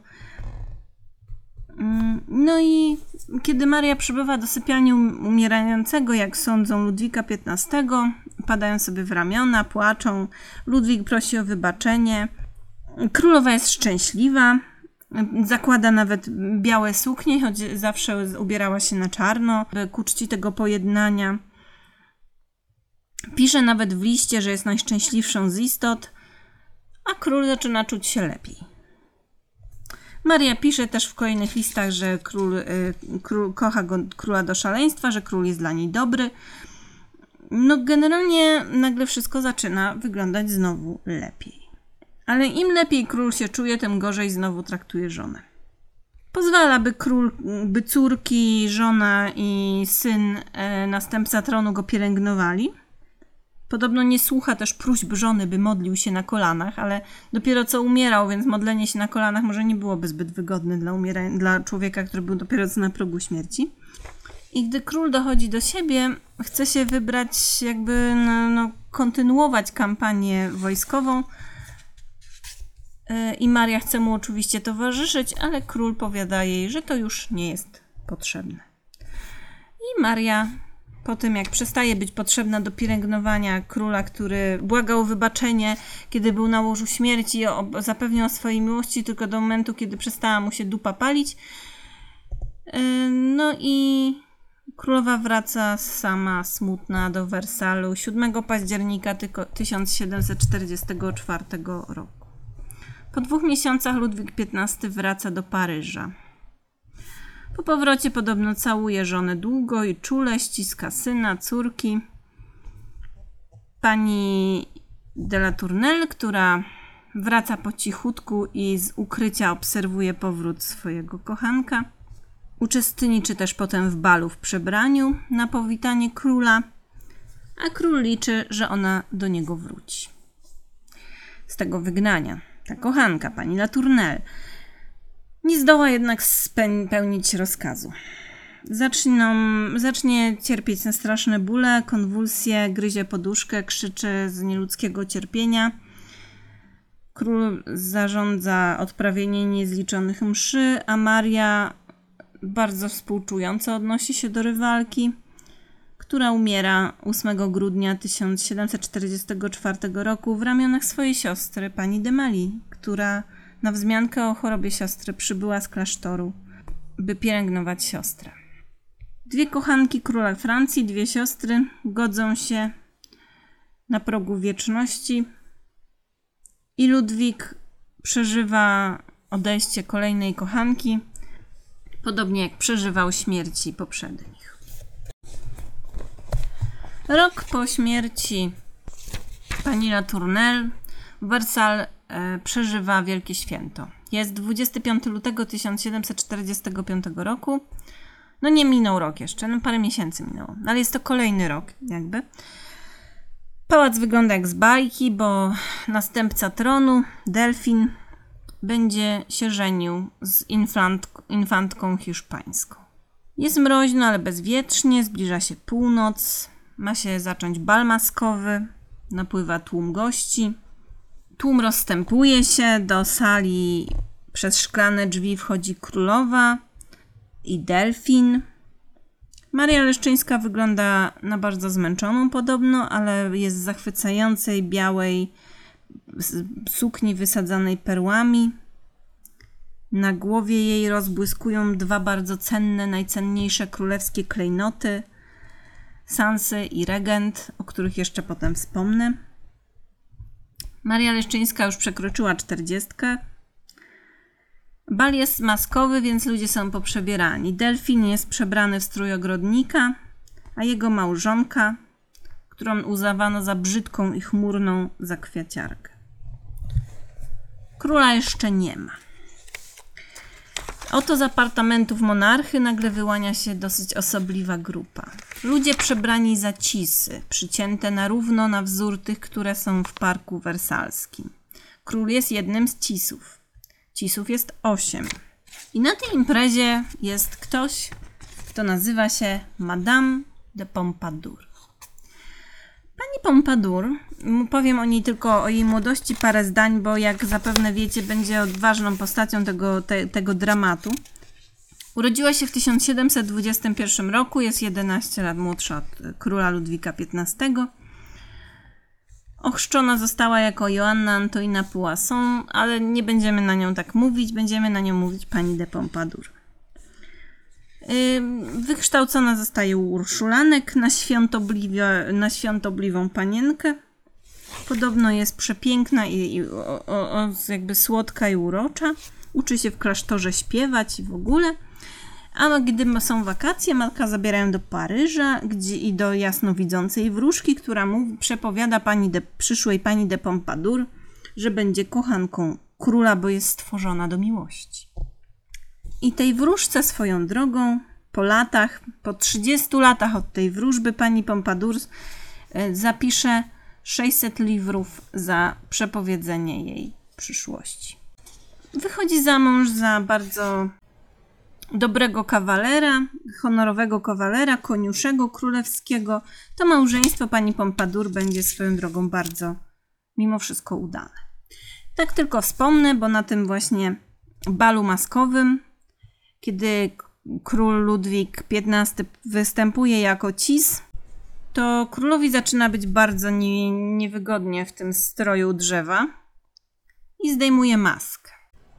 No i kiedy Maria przybywa do sypialni umierającego, jak sądzą, Ludwika piętnastego, padają sobie w ramiona, płaczą. Ludwik prosi o wybaczenie. Królowa jest szczęśliwa. Zakłada nawet białe suknie, choć zawsze ubierała się na czarno, ku czci tego pojednania. Pisze nawet w liście, że jest najszczęśliwszą z istot, a król zaczyna czuć się lepiej. Maria pisze też w kolejnych listach, że król, król kocha go, króla do szaleństwa, że król jest dla niej dobry. No generalnie nagle wszystko zaczyna wyglądać znowu lepiej. Ale im lepiej król się czuje, tym gorzej znowu traktuje żonę. Pozwala, by król, by córki, żona i syn, e, następca tronu go pielęgnowali. Podobno nie słucha też próśb żony, by modlił się na kolanach, ale dopiero co umierał, więc modlenie się na kolanach może nie byłoby zbyt wygodne dla, umiera- dla człowieka, który był dopiero co na progu śmierci. I gdy król dochodzi do siebie, chce się wybrać, jakby no, no, kontynuować kampanię wojskową. Yy, I Maria chce mu oczywiście towarzyszyć, ale król powiada jej, że to już nie jest potrzebne. I Maria, po tym jak przestaje być potrzebna do pielęgnowania króla, który błagał o wybaczenie, kiedy był na łożu śmierci, o, zapewniał o swojej miłości tylko do momentu, kiedy przestała mu się dupa palić. Yy, no i królowa wraca sama smutna do Wersalu siódmego października tysiąc siedemset czterdziestego czwartego roku. Po dwóch miesiącach Ludwik piętnasty wraca do Paryża. Po powrocie podobno całuje żonę długo i czule, ściska syna, córki. Pani de la Tournelle, która wraca po cichutku i z ukrycia obserwuje powrót swojego kochanka. Uczestniczy też potem w balu w przebraniu na powitanie króla, a król liczy, że ona do niego wróci. Z tego wygnania ta kochanka, pani La Tournelle, nie zdoła jednak spełnić rozkazu. Zaczną, zacznie cierpieć na straszne bóle, konwulsje, gryzie poduszkę, krzyczy z nieludzkiego cierpienia. Król zarządza odprawienie niezliczonych mszy, a Maria bardzo współczująco odnosi się do rywalki, która umiera ósmego grudnia tysiąc siedemset czterdziestego czwartego roku w ramionach swojej siostry, pani de Mali, która na wzmiankę o chorobie siostry przybyła z klasztoru, by pielęgnować siostrę. Dwie kochanki króla Francji, dwie siostry, godzą się na progu wieczności i Ludwik przeżywa odejście kolejnej kochanki, podobnie jak przeżywał śmierci poprzednich. Rok po śmierci pani La Tournelle Wersal e, przeżywa wielkie święto. Jest dwudziestego piątego lutego tysiąc siedemset czterdziestego piątego roku. No nie minął rok jeszcze, no parę miesięcy minęło, ale jest to kolejny rok jakby. Pałac wygląda jak z bajki, bo następca tronu, Delfin, będzie się żenił z infant, infantką hiszpańską. Jest mroźno, ale bezwietrznie, zbliża się północ, ma się zacząć bal maskowy, napływa tłum gości. Tłum rozstępuje się, do sali przez szklane drzwi wchodzi królowa i Delfin. Maria Leszczyńska wygląda na bardzo zmęczoną podobno, ale jest w zachwycającej białej sukni wysadzanej perłami. Na głowie jej rozbłyskują dwa bardzo cenne, najcenniejsze królewskie klejnoty, Sansy i Regent, o których jeszcze potem wspomnę. Maria Leszczyńska już przekroczyła czterdziestkę. Bal jest maskowy, więc ludzie są poprzebierani. Delfin jest przebrany w strój ogrodnika, a jego małżonka, którą uznawano za brzydką i chmurną, za kwiaciarkę. Króla jeszcze nie ma. Oto z apartamentów monarchy nagle wyłania się dosyć osobliwa grupa. Ludzie przebrani za cisy, przycięte na równo na wzór tych, które są w Parku Wersalskim. Król jest jednym z cisów. Cisów jest osiem. I na tej imprezie jest ktoś, kto nazywa się Madame de Pompadour. Pani Pompadour, powiem o niej tylko, o jej młodości parę zdań, bo jak zapewne wiecie, będzie odważną postacią tego, te, tego dramatu. Urodziła się w tysiąc siedemset dwudziestym pierwszym roku, jest jedenaście lat młodsza od króla Ludwika piętnastego. Ochrzczona została jako Joanna Antoina Poisson, ale nie będziemy na nią tak mówić, będziemy na nią mówić pani de Pompadour. Wykształcona zostaje u Urszulanek na świątobliwe, na świątobliwą panienkę. Podobno jest przepiękna i, i o, o, jakby słodka i urocza. Uczy się w klasztorze śpiewać i w ogóle. A gdy są wakacje, matka zabiera ją do Paryża gdzie, i do jasnowidzącej wróżki, która mu przepowiada pani de, przyszłej pani de Pompadour, że będzie kochanką króla, bo jest stworzona do miłości. I tej wróżce swoją drogą po latach, po trzydziestu latach od tej wróżby, pani Pompadour zapisze sześćset liwrów za przepowiedzenie jej przyszłości. Wychodzi za mąż za bardzo dobrego kawalera, honorowego kawalera, koniuszego królewskiego. To małżeństwo pani Pompadour będzie swoją drogą bardzo mimo wszystko udane. Tak tylko wspomnę, bo na tym właśnie balu maskowym, kiedy król Ludwik piętnasty występuje jako cis, to królowi zaczyna być bardzo nie, niewygodnie w tym stroju drzewa i zdejmuje maskę.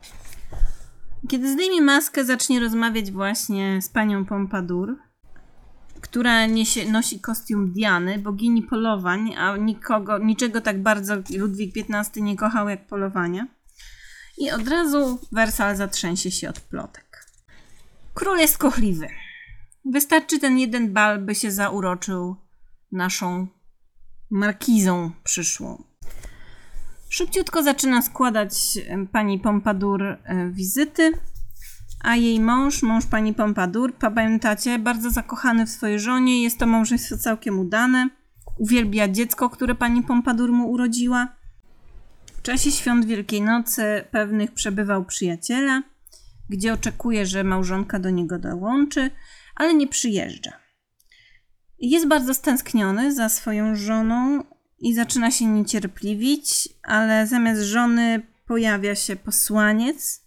Kiedy zdejmie maskę, zacznie rozmawiać właśnie z panią Pompadour, która niesie, nosi kostium Diany, bogini polowań, a nikogo, niczego tak bardzo Ludwik piętnasty nie kochał jak polowania. I od razu Wersal zatrzęsie się od plotek. Król jest kochliwy. Wystarczy ten jeden bal, by się zauroczył naszą markizą przyszłą. Szybciutko zaczyna składać pani Pompadour wizyty, a jej mąż, mąż pani Pompadour, pamiętacie, bardzo zakochany w swojej żonie, jest to małżeństwo całkiem udane, uwielbia dziecko, które pani Pompadour mu urodziła. W czasie świąt Wielkiej Nocy pewnych przebywał przyjaciela, gdzie oczekuje, że małżonka do niego dołączy, ale nie przyjeżdża. Jest bardzo stęskniony za swoją żoną i zaczyna się niecierpliwić, ale zamiast żony pojawia się posłaniec,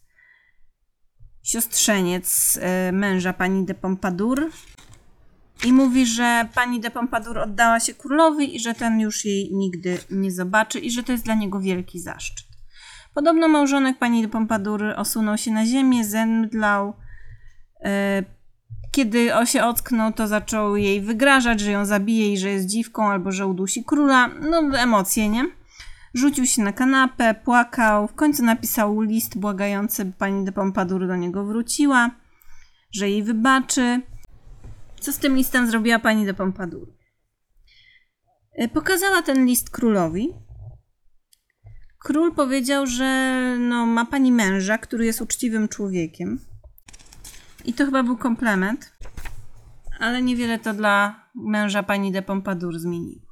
siostrzeniec męża pani de Pompadour i mówi, że pani de Pompadour oddała się królowi i że ten już jej nigdy nie zobaczy i że to jest dla niego wielki zaszczyt. Podobno małżonek pani de Pompadour osunął się na ziemię, zemdlał. Kiedy się ocknął, to zaczął jej wygrażać, że ją zabije i że jest dziwką albo że udusi króla. No emocje, nie? Rzucił się na kanapę, płakał, w końcu napisał list błagający, by pani de Pompadour do niego wróciła, że jej wybaczy. Co z tym listem zrobiła pani de Pompadour? Pokazała ten list królowi. Król powiedział, że no, ma pani męża, który jest uczciwym człowiekiem. I to chyba był komplement, ale niewiele to dla męża pani de Pompadour zmieniło.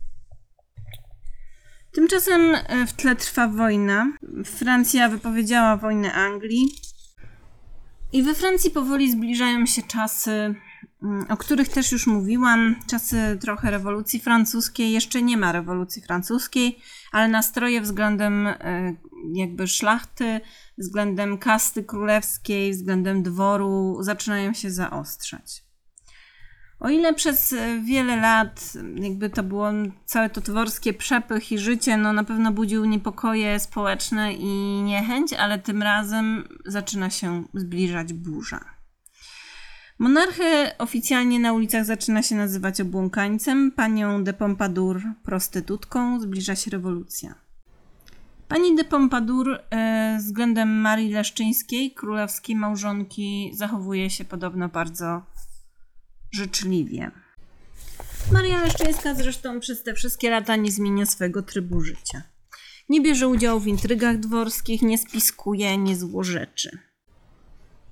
Tymczasem w tle trwa wojna. Francja wypowiedziała wojnę Anglii. I we Francji powoli zbliżają się czasy, o których też już mówiłam. Czasy trochę rewolucji francuskiej. Jeszcze nie ma rewolucji francuskiej, ale nastroje względem jakby szlachty, względem kasty królewskiej, względem dworu zaczynają się zaostrzać. O ile przez wiele lat jakby to było całe to dworskie przepych i życie, no na pewno budził niepokoje społeczne i niechęć, ale tym razem zaczyna się zbliżać burza. Monarchę oficjalnie na ulicach zaczyna się nazywać obłąkańcem, panią de Pompadour prostytutką, zbliża się rewolucja. Pani de Pompadour e, względem Marii Leszczyńskiej, królewskiej małżonki, zachowuje się podobno bardzo życzliwie. Maria Leszczyńska zresztą przez te wszystkie lata nie zmienia swego trybu życia. Nie bierze udziału w intrygach dworskich, nie spiskuje, nie złorzeczy.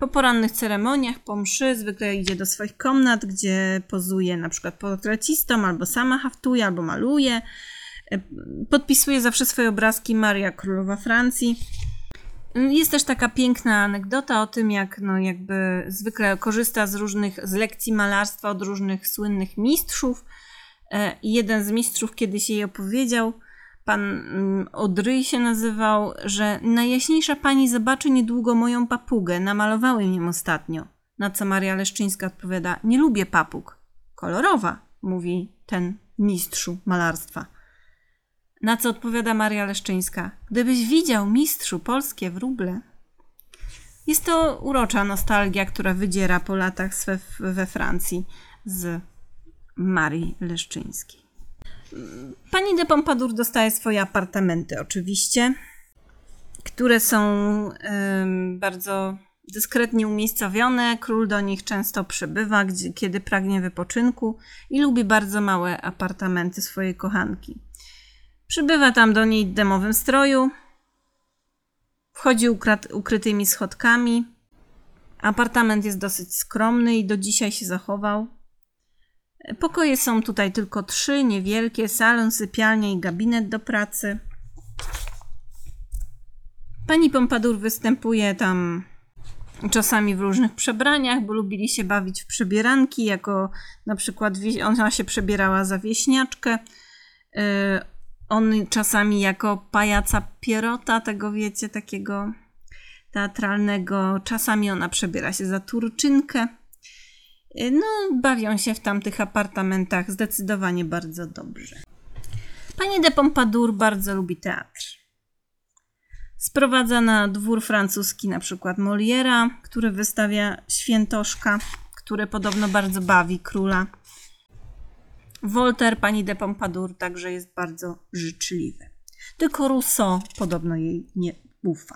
Po porannych ceremoniach, po mszy zwykle idzie do swoich komnat, gdzie pozuje na przykład portrecistom, albo sama haftuje, albo maluje. Podpisuje zawsze swoje obrazki Maria, królowa Francji. Jest też taka piękna anegdota o tym, jak no jakby zwykle korzysta z różnych z lekcji malarstwa od różnych słynnych mistrzów. I jeden z mistrzów kiedyś jej opowiedział, pan Audrey się nazywał, że najjaśniejsza pani zobaczy niedługo moją papugę, namalowałem ją ostatnio. Na co Maria Leszczyńska odpowiada, nie lubię papug. Kolorowa, mówi ten mistrzu malarstwa. Na co odpowiada Maria Leszczyńska, gdybyś widział, mistrzu, polskie wróble. Jest to urocza nostalgia, która wydziera po latach swe we Francji z Marii Leszczyńskiej. Pani de Pompadour dostaje swoje apartamenty oczywiście, które są ym, bardzo dyskretnie umiejscowione. Król do nich często przybywa, gdzie, kiedy pragnie wypoczynku i lubi bardzo małe apartamenty swojej kochanki. Przybywa tam do niej w demowym stroju, wchodzi ukrytymi schodkami. Apartament jest dosyć skromny i do dzisiaj się zachował. Pokoje są tutaj tylko trzy, niewielkie, salon, sypialnia i gabinet do pracy. Pani Pompadour występuje tam czasami w różnych przebraniach, bo lubili się bawić w przebieranki, jako na przykład ona się przebierała za wieśniaczkę, on czasami jako pajaca Pierrota, tego wiecie, takiego teatralnego, czasami ona przebiera się za Turczynkę. No, bawią się w tamtych apartamentach zdecydowanie bardzo dobrze. Pani de Pompadour bardzo lubi teatr. Sprowadza na dwór francuski na przykład Moliera, który wystawia Świętoszka, który podobno bardzo bawi króla. Voltaire pani de Pompadour także jest bardzo życzliwy. Tylko Rousseau podobno jej nie ufa.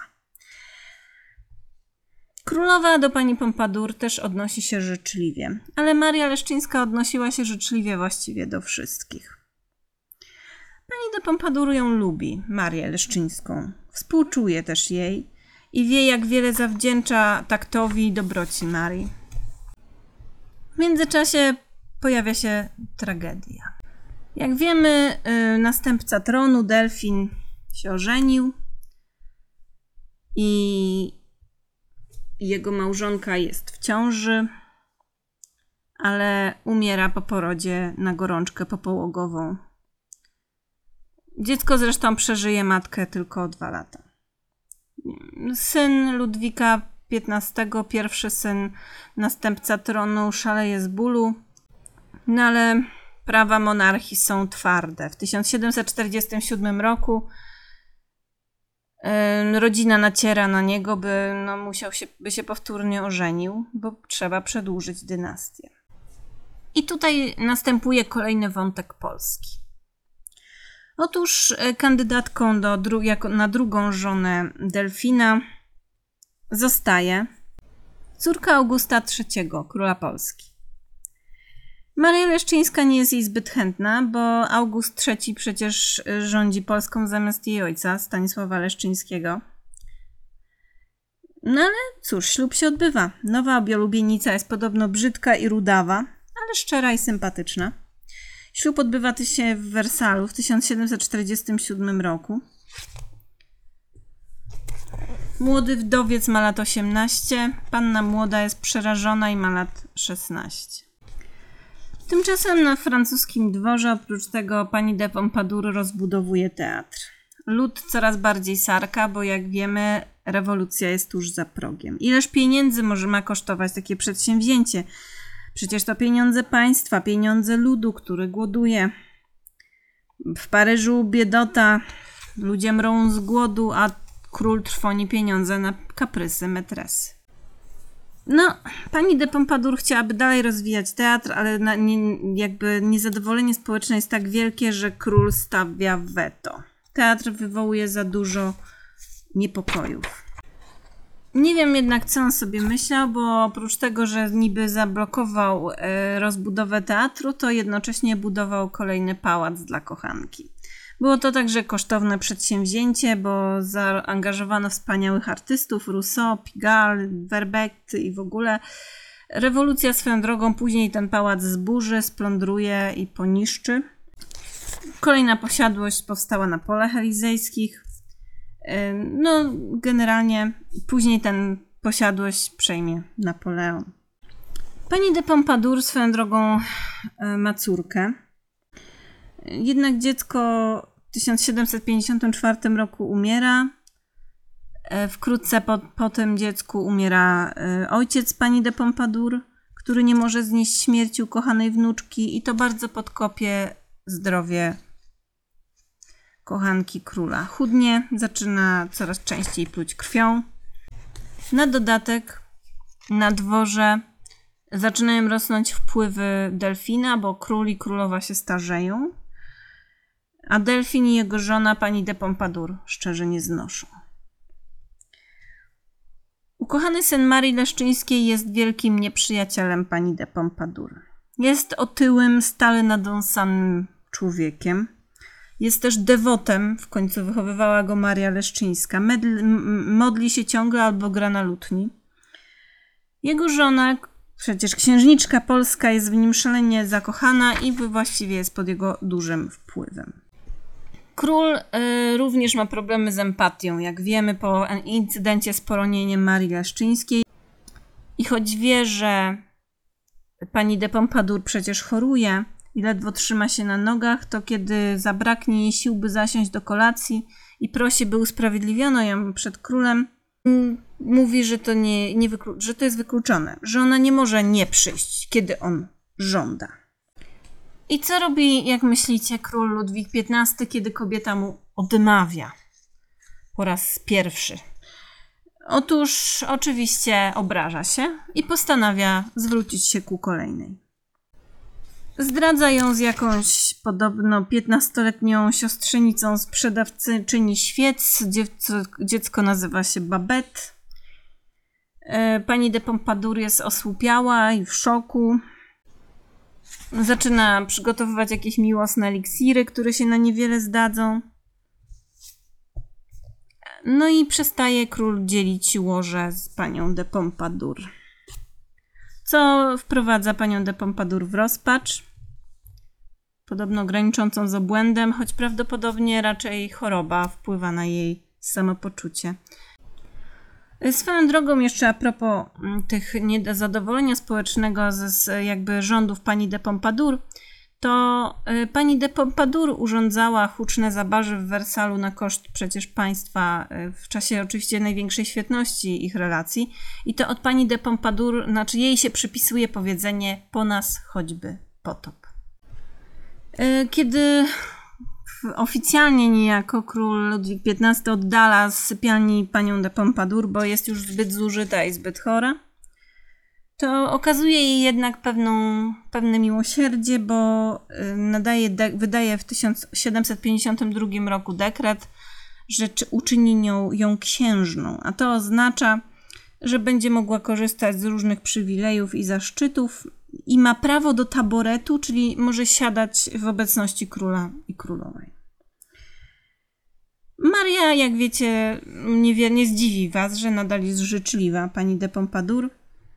Królowa do pani Pompadour też odnosi się życzliwie, ale Maria Leszczyńska odnosiła się życzliwie właściwie do wszystkich. Pani de Pompadour ją lubi, Marię Leszczyńską. Współczuje też jej i wie, jak wiele zawdzięcza taktowi i dobroci Marii. W międzyczasie pojawia się tragedia. Jak wiemy, yy, następca tronu, Delfin, się ożenił i jego małżonka jest w ciąży, ale umiera po porodzie na gorączkę popałogową. Dziecko zresztą przeżyje matkę tylko dwa lata. Syn Ludwika piętnastego, pierwszy syn, następca tronu, szaleje z bólu, no ale prawa monarchii są twarde. W tysiąc siedemset czterdziestym siódmym roku yy, rodzina naciera na niego, by no, musiał się, by się powtórnie ożenił, bo trzeba przedłużyć dynastię. I tutaj następuje kolejny wątek Polski. Otóż kandydatką do dru- jako na drugą żonę Delfina zostaje córka Augusta trzeciego, króla Polski. Maria Leszczyńska nie jest jej zbyt chętna, bo August trzeci przecież rządzi Polską zamiast jej ojca, Stanisława Leszczyńskiego. No ale cóż, ślub się odbywa. Nowa obiolubienica jest podobno brzydka i rudawa, ale szczera i sympatyczna. Ślub odbywa się w Wersalu w tysiąc siedemset czterdziestym siódmym roku. Młody wdowiec ma lat osiemnaście, panna młoda jest przerażona i ma lat szesnaście. Tymczasem na francuskim dworze oprócz tego pani de Pompadour rozbudowuje teatr. Lud coraz bardziej sarka, bo jak wiemy, rewolucja jest tuż za progiem. Ileż pieniędzy może ma kosztować takie przedsięwzięcie? Przecież to pieniądze państwa, pieniądze ludu, który głoduje. W Paryżu biedota, ludzie mrą z głodu, a król trwoni pieniądze na kaprysy metresy. No, pani de Pompadour chciałaby dalej rozwijać teatr, ale na, nie, jakby niezadowolenie społeczne jest tak wielkie, że król stawia weto. Teatr wywołuje za dużo niepokojów. Nie wiem jednak, co on sobie myślał, bo oprócz tego, że niby zablokował rozbudowę teatru, to jednocześnie budował kolejny pałac dla kochanki. Było to także kosztowne przedsięwzięcie, bo zaangażowano wspaniałych artystów, Rousseau, Pigalle, Verbeck i w ogóle. Rewolucja swoją drogą później ten pałac zburzy, splądruje i poniszczy. Kolejna posiadłość powstała na polach elizejskich. No, generalnie później ten posiadłość przejmie Napoleon. Pani de Pompadour swoją drogą ma córkę. Jednak dziecko w tysiąc siedemset pięćdziesiątym czwartym roku umiera. Wkrótce po, po tym dziecku umiera ojciec pani de Pompadour, który nie może znieść śmierci ukochanej wnuczki i to bardzo podkopie zdrowie kochanki króla. Chudnie, zaczyna coraz częściej pluć krwią. Na dodatek na dworze zaczynają rosnąć wpływy Delfina, bo król i królowa się starzeją, a Delfin i jego żona pani de Pompadour szczerze nie znoszą. Ukochany syn Marii Leszczyńskiej jest wielkim nieprzyjacielem pani de Pompadour. Jest otyłym, stale nadąsanym człowiekiem. Jest też dewotem, w końcu wychowywała go Maria Leszczyńska. Medl, modli się ciągle albo gra na lutni. Jego żona, przecież księżniczka polska, jest w nim szalenie zakochana i właściwie jest pod jego dużym wpływem. Król y, również ma problemy z empatią, jak wiemy po incydencie z poronieniem Marii Leszczyńskiej. I choć wie, że pani de Pompadour przecież choruje i ledwo trzyma się na nogach, to kiedy zabraknie jej sił, by zasiąść do kolacji i prosi, by usprawiedliwiono ją przed królem, mówi, że to, nie, nie wyklu- że to jest wykluczone, że ona nie może nie przyjść, kiedy on żąda. I co robi, jak myślicie, król Ludwik piętnasty, kiedy kobieta mu odmawia po raz pierwszy? Otóż oczywiście obraża się i postanawia zwrócić się ku kolejnej. Zdradza ją z jakąś podobno piętnastoletnią siostrzenicą sprzedawczyni świec. Dziecko, dziecko nazywa się Babette. Pani de Pompadour jest osłupiała i w szoku. Zaczyna przygotowywać jakieś miłosne eliksiry, które się na niewiele zdadzą. No i przestaje król dzielić łoże z panią de Pompadour, co wprowadza panią de Pompadour w rozpacz, podobno graniczącą z obłędem, choć prawdopodobnie raczej choroba wpływa na jej samopoczucie. Swoją drogą jeszcze a propos tych niezadowolenia społecznego z jakby rządów pani de Pompadour, to pani de Pompadour urządzała huczne zabawy w Wersalu na koszt przecież państwa w czasie oczywiście największej świetności ich relacji i to od pani de Pompadour, znaczy jej się przypisuje powiedzenie po nas choćby potop. Kiedy oficjalnie niejako król Ludwik piętnasty oddala z sypialni panią de Pompadour, bo jest już zbyt zużyta i zbyt chora, to okazuje jej jednak pewną, pewne miłosierdzie, bo nadaje, de, wydaje w tysiąc siedemset pięćdziesiątym drugim roku dekret, że uczyni nią, ją księżną, a to oznacza, że będzie mogła korzystać z różnych przywilejów i zaszczytów i ma prawo do taboretu, czyli może siadać w obecności króla i królowej. Maria, jak wiecie, nie, nie zdziwi was, że nadal jest życzliwa pani de Pompadour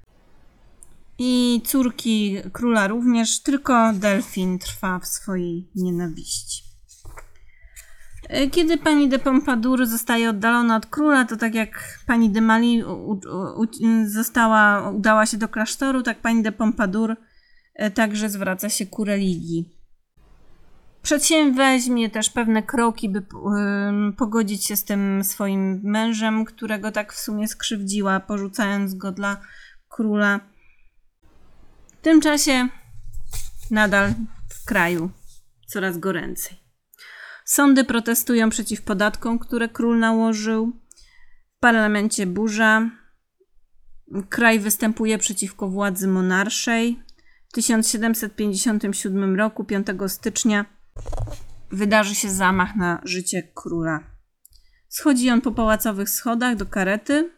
i córki króla również, tylko Delfin trwa w swojej nienawiści. Kiedy pani de Pompadour zostaje oddalona od króla, to tak jak pani de Mali u, u, została, udała się do klasztoru, tak pani de Pompadour także zwraca się ku religii. Przedsięweźmie też pewne kroki, by y, pogodzić się z tym swoim mężem, którego tak w sumie skrzywdziła, porzucając go dla króla. W tym czasie nadal w kraju coraz goręcej. Sądy protestują przeciw podatkom, które król nałożył. W parlamencie burza. Kraj występuje przeciwko władzy monarszej. W tysiąc siedemset pięćdziesiątym siódmym roku, piątego stycznia, wydarzy się zamach na życie króla. Schodzi on po pałacowych schodach do karety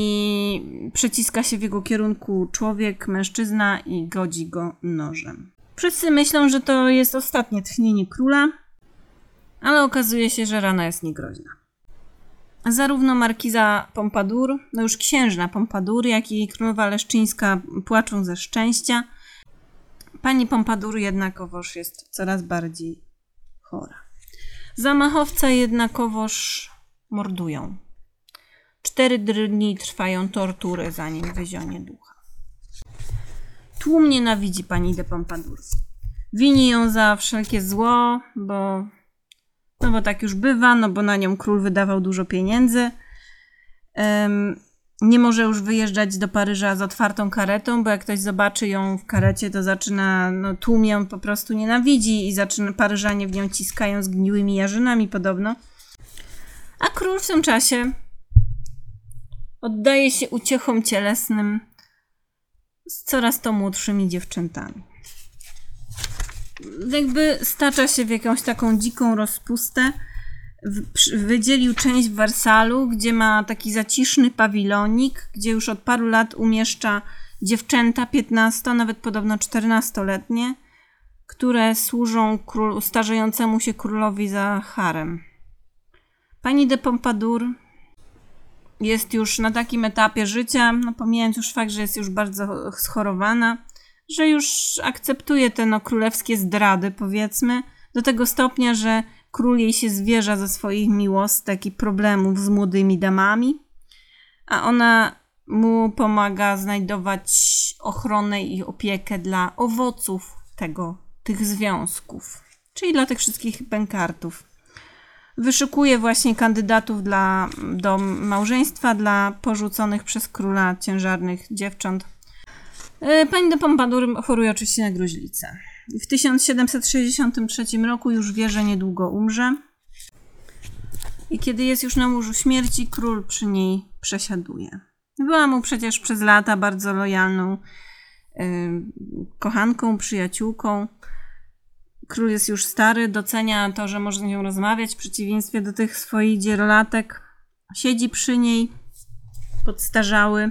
i przeciska się w jego kierunku człowiek, mężczyzna i godzi go nożem. Wszyscy myślą, że to jest ostatnie tchnienie króla, ale okazuje się, że rana jest niegroźna. Zarówno markiza Pompadour, no już księżna Pompadour, jak i królowa Leszczyńska płaczą ze szczęścia. Pani Pompadour jednakowoż jest coraz bardziej chora. Zamachowca jednakowoż mordują. Cztery dni trwają tortury, zanim wyzionie ducha. Tłum nienawidzi pani de Pompadour. Wini ją za wszelkie zło, bo, no bo tak już bywa, no bo na nią król wydawał dużo pieniędzy. Um, nie może już wyjeżdżać do Paryża z otwartą karetą, bo jak ktoś zobaczy ją w karecie, to zaczyna, no tłum ją po prostu nienawidzi i zaczyna, Paryżanie w nią ciskają zgniłymi jarzynami podobno. A król w tym czasie oddaje się uciechom cielesnym z coraz to młodszymi dziewczętami. Jakby stacza się w jakąś taką dziką rozpustę. Wydzielił część w Wersalu, gdzie ma taki zaciszny pawilonik, gdzie już od paru lat umieszcza dziewczęta piętnasto, nawet podobno czternastoletnie, które służą król, starzejącemu się królowi za harem. Pani de Pompadour jest już na takim etapie życia, no pomijając już fakt, że jest już bardzo schorowana, że już akceptuje te no, królewskie zdrady, powiedzmy, do tego stopnia, że król jej się zwierza ze swoich miłostek i problemów z młodymi damami, a ona mu pomaga znajdować ochronę i opiekę dla owoców tego, tych związków, czyli dla tych wszystkich bękartów. Wyszukuje właśnie kandydatów dla, do małżeństwa dla porzuconych przez króla ciężarnych dziewcząt. Pani de Pompadour choruje oczywiście na gruźlicę. W tysiąc siedemset sześćdziesiątym trzecim roku już wie, że niedługo umrze. I kiedy jest już na łożu śmierci, król przy niej przesiaduje. Była mu przecież przez lata bardzo lojalną yy, kochanką, przyjaciółką. Król jest już stary, docenia to, że może z nią rozmawiać, w przeciwieństwie do tych swoich dzierolatek. Siedzi przy niej, podstarzały.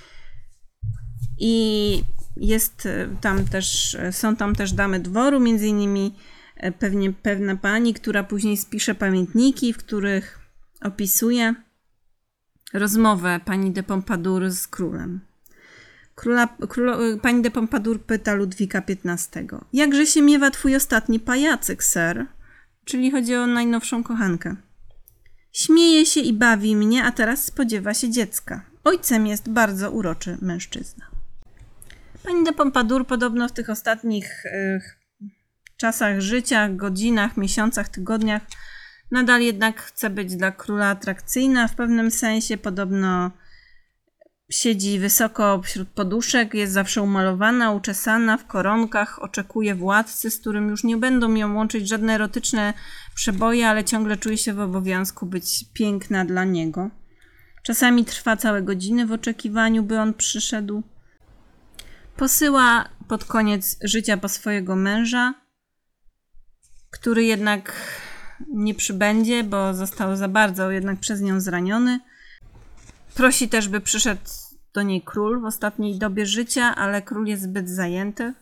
I jest tam też, są tam też damy dworu, między innymi pewnie pewna pani, która później spisze pamiętniki, w których opisuje rozmowę pani de Pompadour z królem. Króla, królo, pani de Pompadour pyta Ludwika piętnastego. Jakże się miewa twój ostatni pajacyk, sir? Czyli chodzi o najnowszą kochankę. Śmieje się i bawi mnie, a teraz spodziewa się dziecka. Ojcem jest bardzo uroczy mężczyzna. Pani de Pompadour podobno w tych ostatnich y, czasach życia, godzinach, miesiącach, tygodniach nadal jednak chce być dla króla atrakcyjna. W pewnym sensie podobno siedzi wysoko wśród poduszek, jest zawsze umalowana, uczesana, w koronkach, oczekuje władcy, z którym już nie będą ją łączyć żadne erotyczne przeboje, ale ciągle czuje się w obowiązku być piękna dla niego. Czasami trwa całe godziny w oczekiwaniu, by on przyszedł. Posyła pod koniec życia po swojego męża, który jednak nie przybędzie, bo został za bardzo jednak przez nią zraniony. Prosi też, by przyszedł do niej król w ostatniej dobie życia, ale król jest zbyt zajęty.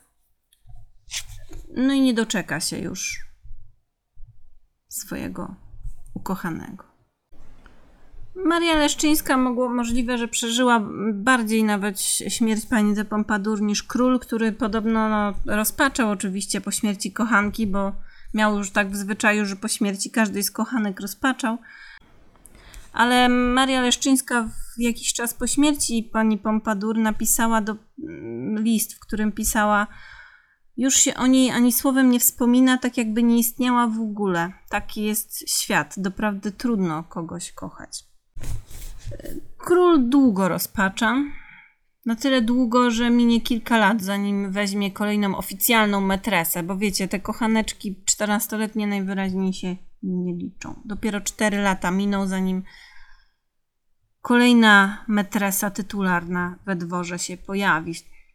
No i nie doczeka się już swojego ukochanego. Maria Leszczyńska mogło, możliwe, że przeżyła bardziej nawet śmierć pani de Pompadour niż król, który podobno no, rozpaczał oczywiście po śmierci kochanki, bo miał już tak w zwyczaju, że po śmierci każdej z kochanek rozpaczał. Ale Maria Leszczyńska w jakiś czas po śmierci pani Pompadour napisała do, list, w którym pisała: już się o niej ani słowem nie wspomina, tak jakby nie istniała w ogóle. Taki jest świat. Doprawdy trudno kogoś kochać. Król długo rozpacza. Na tyle długo, że minie kilka lat, zanim weźmie kolejną oficjalną metresę. Bo wiecie, te kochaneczki czternastoletnie najwyraźniej się nie liczą. Dopiero cztery lata miną, zanim kolejna metresa tytularna we dworze się pojawi.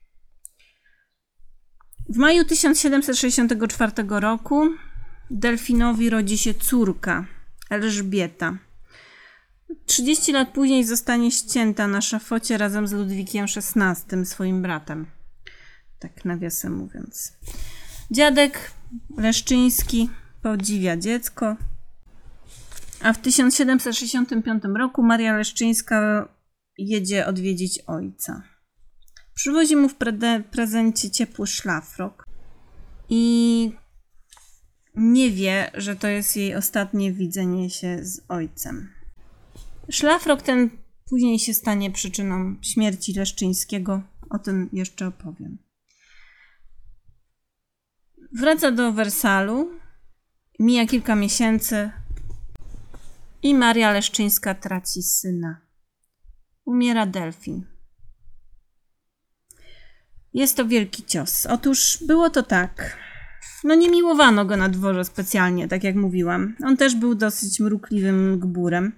W maju tysiąc siedemset sześćdziesiątego czwartego roku Delfinowi rodzi się córka, Elżbieta. trzydzieści lat później zostanie ścięta na szafocie razem z Ludwikiem szesnastym, swoim bratem. Tak nawiasem mówiąc. Dziadek Leszczyński podziwia dziecko, a w tysiąc siedemset sześćdziesiątym piątym roku Maria Leszczyńska jedzie odwiedzić ojca. Przywozi mu w pre- prezencie ciepły szlafrok i nie wie, że to jest jej ostatnie widzenie się z ojcem. Szlafrok ten później się stanie przyczyną śmierci Leszczyńskiego. O tym jeszcze opowiem. Wraca do Wersalu. Mija kilka miesięcy i Maria Leszczyńska traci syna. Umiera Delfin. Jest to wielki cios. Otóż było to tak. No nie miłowano go na dworze specjalnie, tak jak mówiłam. On też był dosyć mrukliwym gburem.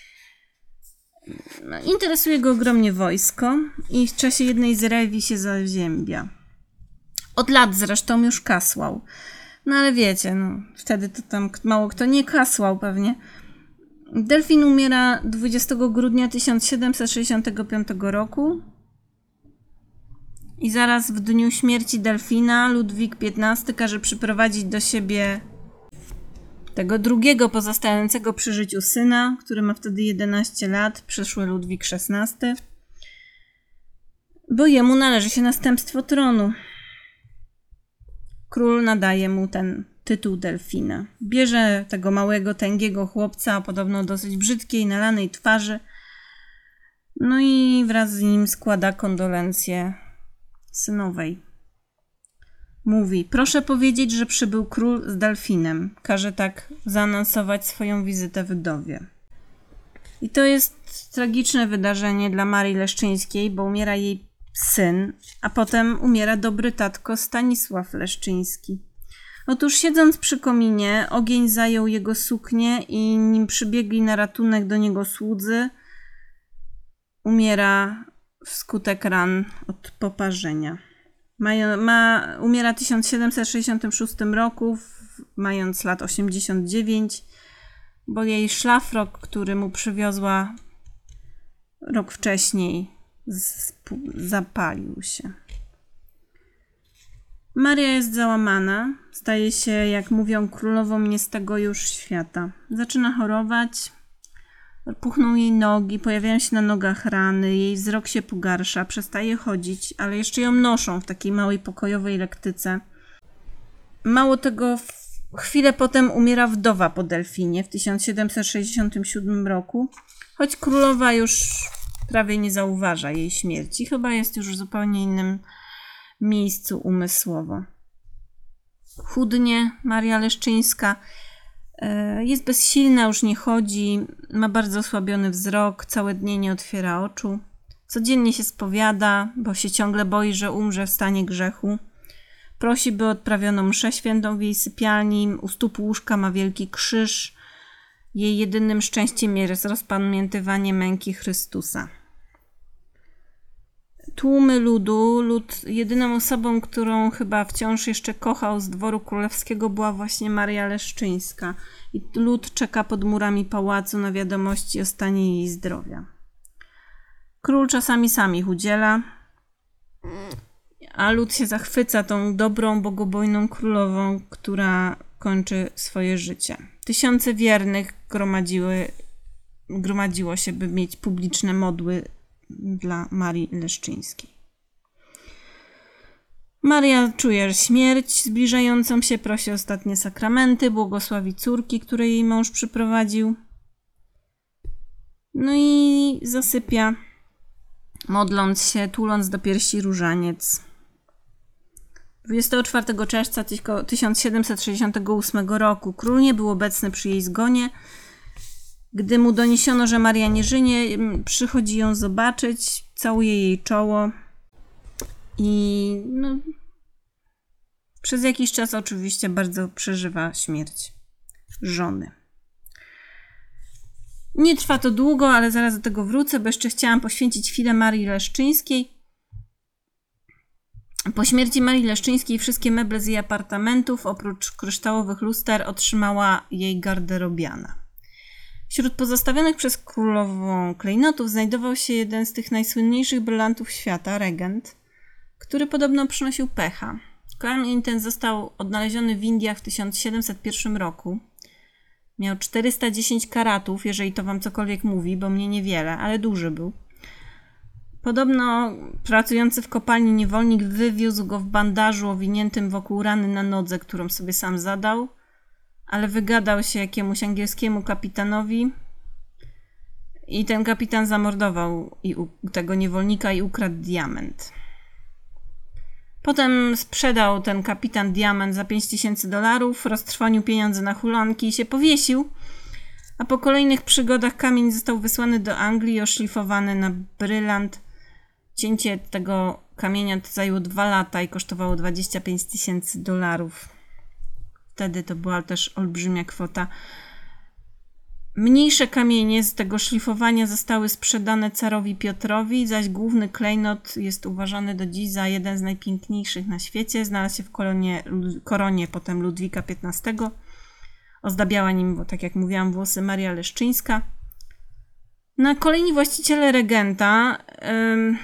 No, interesuje go ogromnie wojsko i w czasie jednej z rewii się zaziębia. Od lat zresztą już kasłał. No ale wiecie, no, wtedy to tam mało kto nie kasłał pewnie. Delfin umiera dwudziestego grudnia tysiąc siedemset sześćdziesiątego piątego roku. I zaraz w dniu śmierci Delfina Ludwik piętnasty każe przyprowadzić do siebie tego drugiego pozostającego przy życiu syna, który ma wtedy jedenaście lat, przyszły Ludwik szesnasty, bo jemu należy się następstwo tronu. Król nadaje mu ten tytuł Delfina. Bierze tego małego, tęgiego chłopca o podobno dosyć brzydkiej, nalanej twarzy, no i wraz z nim składa kondolencje synowej. Mówi: proszę powiedzieć, że przybył król z Delfinem. Każe tak zaanonsować swoją wizytę wdowie. I to jest tragiczne wydarzenie dla Marii Leszczyńskiej, bo umiera jej syn, a potem umiera dobry tatko Stanisław Leszczyński. Otóż siedząc przy kominie, ogień zajął jego suknię i nim przybiegli na ratunek do niego słudzy, umiera wskutek ran od poparzenia. Ma, ma, umiera w tysiąc siedemset sześćdziesiątym szóstym roku, mając lat osiemdziesiąt dziewięć, bo jej szlafrok, który mu przywiozła rok wcześniej, z, zapalił się. Maria jest załamana, staje się, jak mówią, królową nie z tego już świata. Zaczyna chorować, puchną jej nogi, pojawiają się na nogach rany, jej wzrok się pogarsza, przestaje chodzić, ale jeszcze ją noszą w takiej małej pokojowej lektyce. Mało tego, chwilę potem umiera wdowa po Delfinie w tysiąc siedemset sześćdziesiątym siódmym roku, choć królowa już prawie nie zauważa jej śmierci, chyba jest już w zupełnie innym miejscu umysłowo. Chudnie Maria Leszczyńska, jest bezsilna, już nie chodzi, ma bardzo osłabiony wzrok, całe dnie nie otwiera oczu. Codziennie się spowiada, bo się ciągle boi, że umrze w stanie grzechu. Prosi, by odprawiono mszę świętą w jej sypialni, u stóp łóżka ma wielki krzyż. Jej jedynym szczęściem jest rozpamiętywanie męki Chrystusa. Tłumy ludu, lud, jedyną osobą, którą chyba wciąż jeszcze kochał z dworu królewskiego, była właśnie Maria Leszczyńska. I lud czeka pod murami pałacu na wiadomości o stanie jej zdrowia. Król czasami sam ich udziela, a lud się zachwyca tą dobrą, bogobojną królową, która kończy swoje życie. Tysiące wiernych gromadziły, gromadziło się, by mieć publiczne modły dla Marii Leszczyńskiej. Maria czuje śmierć zbliżającą się, prosi o ostatnie sakramenty, błogosławi córki, które jej mąż przyprowadził. No i zasypia, modląc się, tuląc do piersi różaniec. dwudziestego czwartego czerwca tysiąc siedemset sześćdziesiątego ósmego roku król nie był obecny przy jej zgonie. Gdy mu doniesiono, że Maria nie żyje, przychodzi ją zobaczyć, całuje jej czoło i no, przez jakiś czas oczywiście bardzo przeżywa śmierć żony. Nie trwa to długo, ale zaraz do tego wrócę, bo jeszcze chciałam poświęcić chwilę Marii Leszczyńskiej. Po śmierci Marii Leszczyńskiej wszystkie meble z jej apartamentów, oprócz kryształowych luster, otrzymała jej garderobiana. Wśród pozostawionych przez królową klejnotów znajdował się jeden z tych najsłynniejszych brylantów świata, regent, który podobno przynosił pecha. Kamień ten został odnaleziony w Indiach w tysiąc siedemset pierwszym roku. Miał czterysta dziesięć karatów, jeżeli to wam cokolwiek mówi, bo mnie niewiele, ale duży był. Podobno pracujący w kopalni niewolnik wywiózł go w bandażu owiniętym wokół rany na nodze, którą sobie sam zadał, ale wygadał się jakiemuś angielskiemu kapitanowi i ten kapitan zamordował i u, tego niewolnika i ukradł diament. Potem sprzedał ten kapitan diament za pięć tysięcy dolarów, roztrwonił pieniądze na hulanki i się powiesił, a po kolejnych przygodach kamień został wysłany do Anglii i oszlifowany na brylant. Cięcie tego kamienia to zajęło dwa lata i kosztowało dwadzieścia pięć tysięcy dolarów. Wtedy to była też olbrzymia kwota. Mniejsze kamienie z tego szlifowania zostały sprzedane carowi Piotrowi, zaś główny klejnot jest uważany do dziś za jeden z najpiękniejszych na świecie. Znalazł się w koronie, koronie potem Ludwika piętnastego. Ozdabiała nim, bo tak jak mówiłam, włosy Maria Leszczyńska. Na kolejni właściciele regenta ym,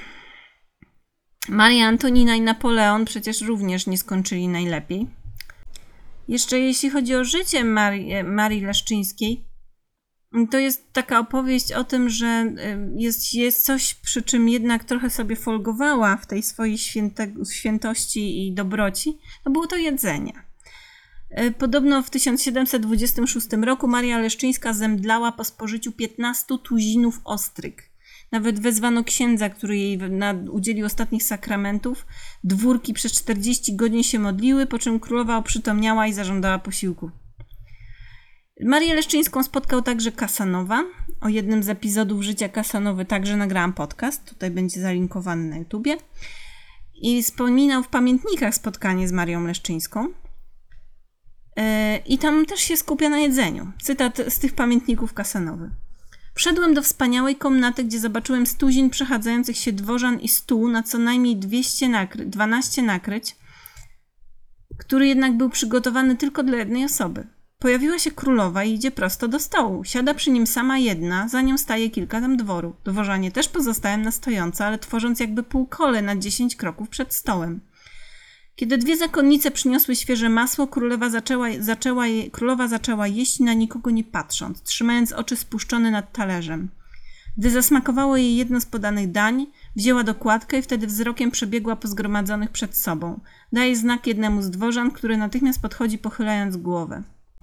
Maria Antonina i Napoleon przecież również nie skończyli najlepiej. Jeszcze jeśli chodzi o życie Marii, Marii Leszczyńskiej, to jest taka opowieść o tym, że jest, jest coś, przy czym jednak trochę sobie folgowała w tej swojej święte, świętości i dobroci. To było to jedzenie. Podobno w tysiąc siedemset dwudziestym szóstym roku Maria Leszczyńska zemdlała po spożyciu piętnastu tuzinów ostryg. Nawet wezwano księdza, który jej na, udzielił ostatnich sakramentów. Dwórki przez czterdzieści godzin się modliły, po czym królowa oprzytomniała i zażądała posiłku. Marię Leszczyńską spotkał także Kasanowa. O jednym z epizodów życia Kasanowy także nagrałam podcast. Tutaj będzie zalinkowany na YouTubie. I wspominał w pamiętnikach spotkanie z Marią Leszczyńską. I tam też się skupia na jedzeniu. Cytat z tych pamiętników Kasanowy. Wszedłem do wspaniałej komnaty, gdzie zobaczyłem stuzin przechadzających się dworzan i stół na co najmniej dwieście nakry- dwanaście nakryć, który jednak był przygotowany tylko dla jednej osoby. Pojawiła się królowa i idzie prosto do stołu. Siada przy nim sama jedna, za nią staje kilka tam dworu. Dworzanie też pozostałem na stojąco, ale tworząc jakby półkole na dziesięć kroków przed stołem. Kiedy dwie zakonnice przyniosły świeże masło, królowa zaczęła, zaczęła je, królowa zaczęła jeść na nikogo nie patrząc, trzymając oczy spuszczone nad talerzem. Gdy zasmakowało jej jedno z podanych dań, wzięła dokładkę i wtedy wzrokiem przebiegła po zgromadzonych przed sobą. Daje znak jednemu z dworzan, który natychmiast podchodzi, pochylając głowę.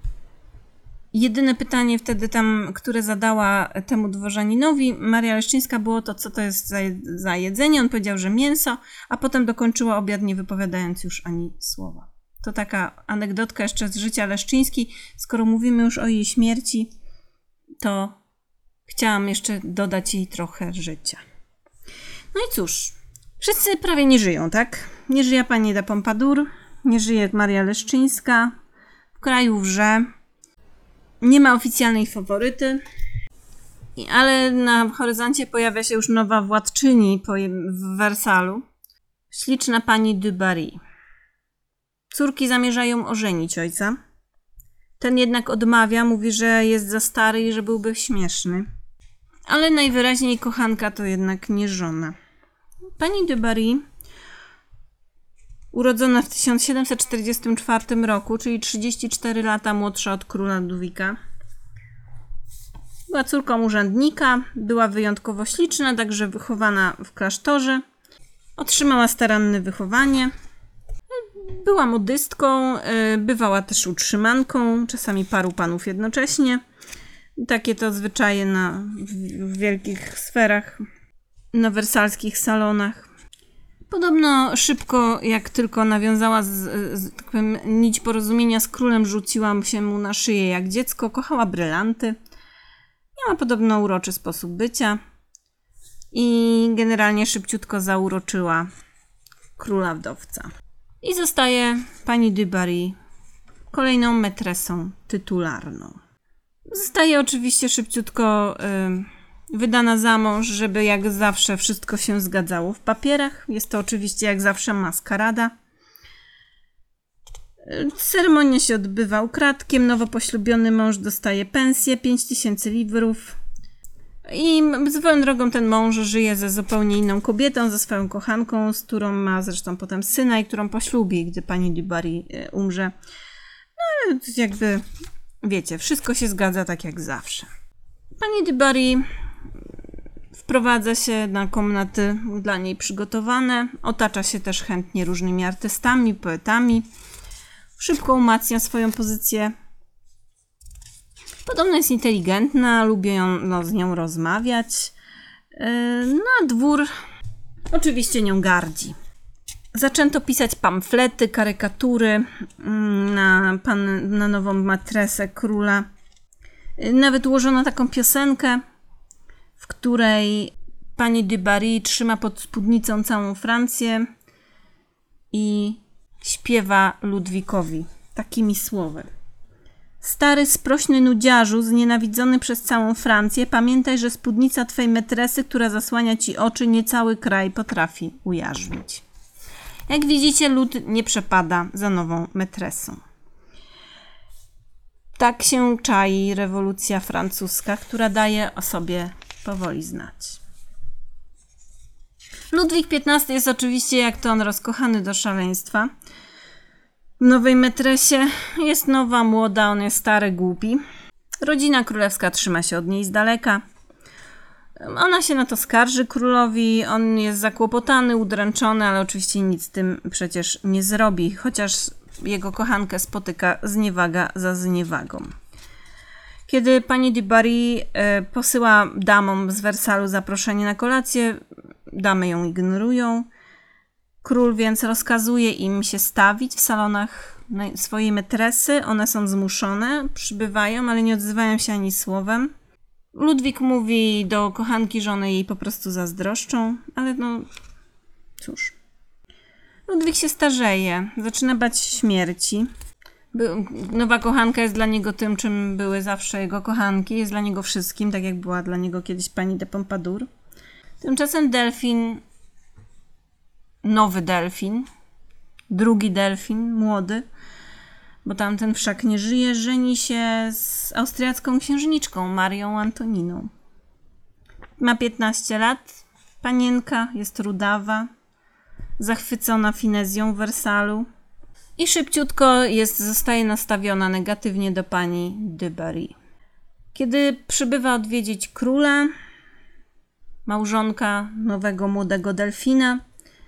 Jedyne pytanie wtedy tam, które zadała temu dworzaninowi Maria Leszczyńska, było to, co to jest za, za jedzenie. On powiedział, że mięso, a potem dokończyła obiad, nie wypowiadając już ani słowa. To taka anegdotka jeszcze z życia Leszczyńskiej. Skoro mówimy już o jej śmierci, to chciałam jeszcze dodać jej trochę życia. No i cóż, wszyscy prawie nie żyją, tak? Nie żyje pani de Pompadour, nie żyje Maria Leszczyńska, w kraju wrze. Nie ma oficjalnej faworyty, ale na horyzoncie pojawia się już nowa władczyni w Wersalu. Śliczna pani du Barry. Córki zamierzają ożenić ojca. Ten jednak odmawia, mówi, że jest za stary i że byłby śmieszny. Ale najwyraźniej kochanka to jednak nie żona. Pani du Barry, urodzona w tysiąc siedemset czterdziestym czwartym roku, czyli trzydzieści cztery lata młodsza od króla Ludwika. Była córką urzędnika, była wyjątkowo śliczna, także wychowana w klasztorze. Otrzymała staranne wychowanie. Była modystką, bywała też utrzymanką, czasami paru panów jednocześnie. Takie to zwyczaje na, w wielkich sferach, na wersalskich salonach. Podobno szybko, jak tylko nawiązała z, z, tak powiem, nić porozumienia z królem, rzuciła się mu na szyję jak dziecko, kochała brylanty. Miała podobno uroczy sposób bycia i generalnie szybciutko zauroczyła króla wdowca. I zostaje pani du Barry kolejną metresą tytularną. Zostaje oczywiście szybciutko y, wydana za mąż, żeby jak zawsze wszystko się zgadzało w papierach. Jest to oczywiście jak zawsze maskarada. Ceremonia się odbywa ukradkiem. Nowo poślubiony mąż dostaje pensję pięć tysięcy liwrów, I swoją drogą ten mąż żyje ze zupełnie inną kobietą, ze swoją kochanką, z którą ma zresztą potem syna i którą poślubi, gdy pani du Barry umrze. No ale jakby, wiecie, wszystko się zgadza tak jak zawsze. Pani du Barry wprowadza się na komnaty dla niej przygotowane, otacza się też chętnie różnymi artystami, poetami, szybko umacnia swoją pozycję. Podobno jest inteligentna, lubię ją, no, z nią rozmawiać. Yy, na dwór oczywiście nią gardzi. Zaczęto pisać pamflety, karykatury na, pan, na nową matresę króla. Yy, nawet ułożono taką piosenkę, w której pani du Barry trzyma pod spódnicą całą Francję i śpiewa Ludwikowi takimi słowy. Stary, sprośny nudziarzu, znienawidzony przez całą Francję, pamiętaj, że spódnica twej metresy, która zasłania ci oczy, niecały kraj potrafi ujarzmić. Jak widzicie, lud nie przepada za nową metresą. Tak się czai rewolucja francuska, która daje o sobie powoli znać. Ludwik piętnasty jest oczywiście, jak to on, rozkochany do szaleństwa. W nowej metresie jest nowa, młoda, on jest stary, głupi. Rodzina królewska trzyma się od niej z daleka. Ona się na to skarży królowi, on jest zakłopotany, udręczony, ale oczywiście nic z tym przecież nie zrobi, chociaż jego kochankę spotyka zniewaga za zniewagą. Kiedy pani du Barry e, posyła damom z Wersalu zaproszenie na kolację, damy ją ignorują. Król więc rozkazuje im się stawić w salonach swojej metresy. One są zmuszone, przybywają, ale nie odzywają się ani słowem. Ludwik mówi do kochanki, że one jej po prostu zazdroszczą, ale no cóż. Ludwik się starzeje, zaczyna bać śmierci. Nowa kochanka jest dla niego tym, czym były zawsze jego kochanki. Jest dla niego wszystkim, tak jak była dla niego kiedyś pani de Pompadour. Tymczasem delfin, nowy delfin, drugi delfin, młody, bo tamten wszak nie żyje, żeni się z austriacką księżniczką Marią Antoniną. Ma piętnaście lat, panienka, jest rudawa, zachwycona finezją w Wersalu i szybciutko jest, zostaje nastawiona negatywnie do pani du Barry. Kiedy przybywa odwiedzić króla, małżonka nowego młodego delfina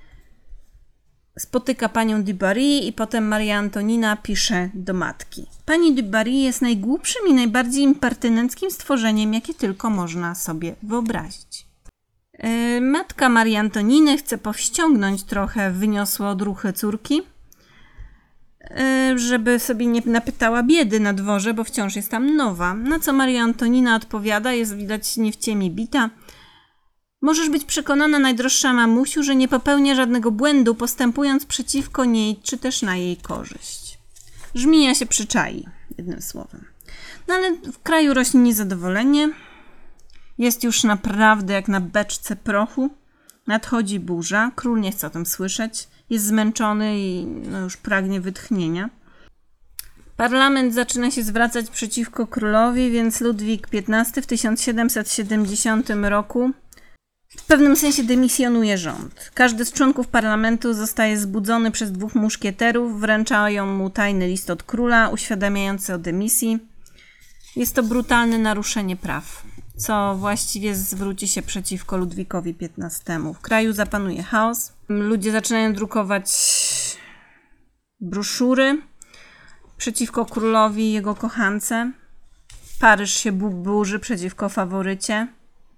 spotyka panią du Barry i potem Maria Antonina pisze do matki. Pani du Barry jest najgłupszym i najbardziej impertynenckim stworzeniem, jakie tylko można sobie wyobrazić. Yy, matka Marii Antoniny chce powściągnąć trochę wyniosłe odruchy córki, yy, żeby sobie nie napytała biedy na dworze, bo wciąż jest tam nowa. Na co Maria Antonina odpowiada, jest widać nie w ciemię bita. Możesz być przekonana, najdroższa mamusiu, że nie popełnię żadnego błędu, postępując przeciwko niej, czy też na jej korzyść. Żmija się przyczai, jednym słowem. No ale w kraju rośnie niezadowolenie. Jest już naprawdę jak na beczce prochu. Nadchodzi burza. Król nie chce o tym słyszeć. Jest zmęczony i no, już pragnie wytchnienia. Parlament zaczyna się zwracać przeciwko królowi, więc Ludwik piętnasty w tysiąc siedemset siedemdziesiątym roku w pewnym sensie dymisjonuje rząd. Każdy z członków parlamentu zostaje zbudzony przez dwóch muszkieterów, wręczają mu tajny list od króla uświadamiający o dymisji. Jest to brutalne naruszenie praw, co właściwie zwróci się przeciwko Ludwikowi piętnastemu. W kraju zapanuje chaos. Ludzie zaczynają drukować broszury przeciwko królowi i jego kochance. Paryż się burzy przeciwko faworycie.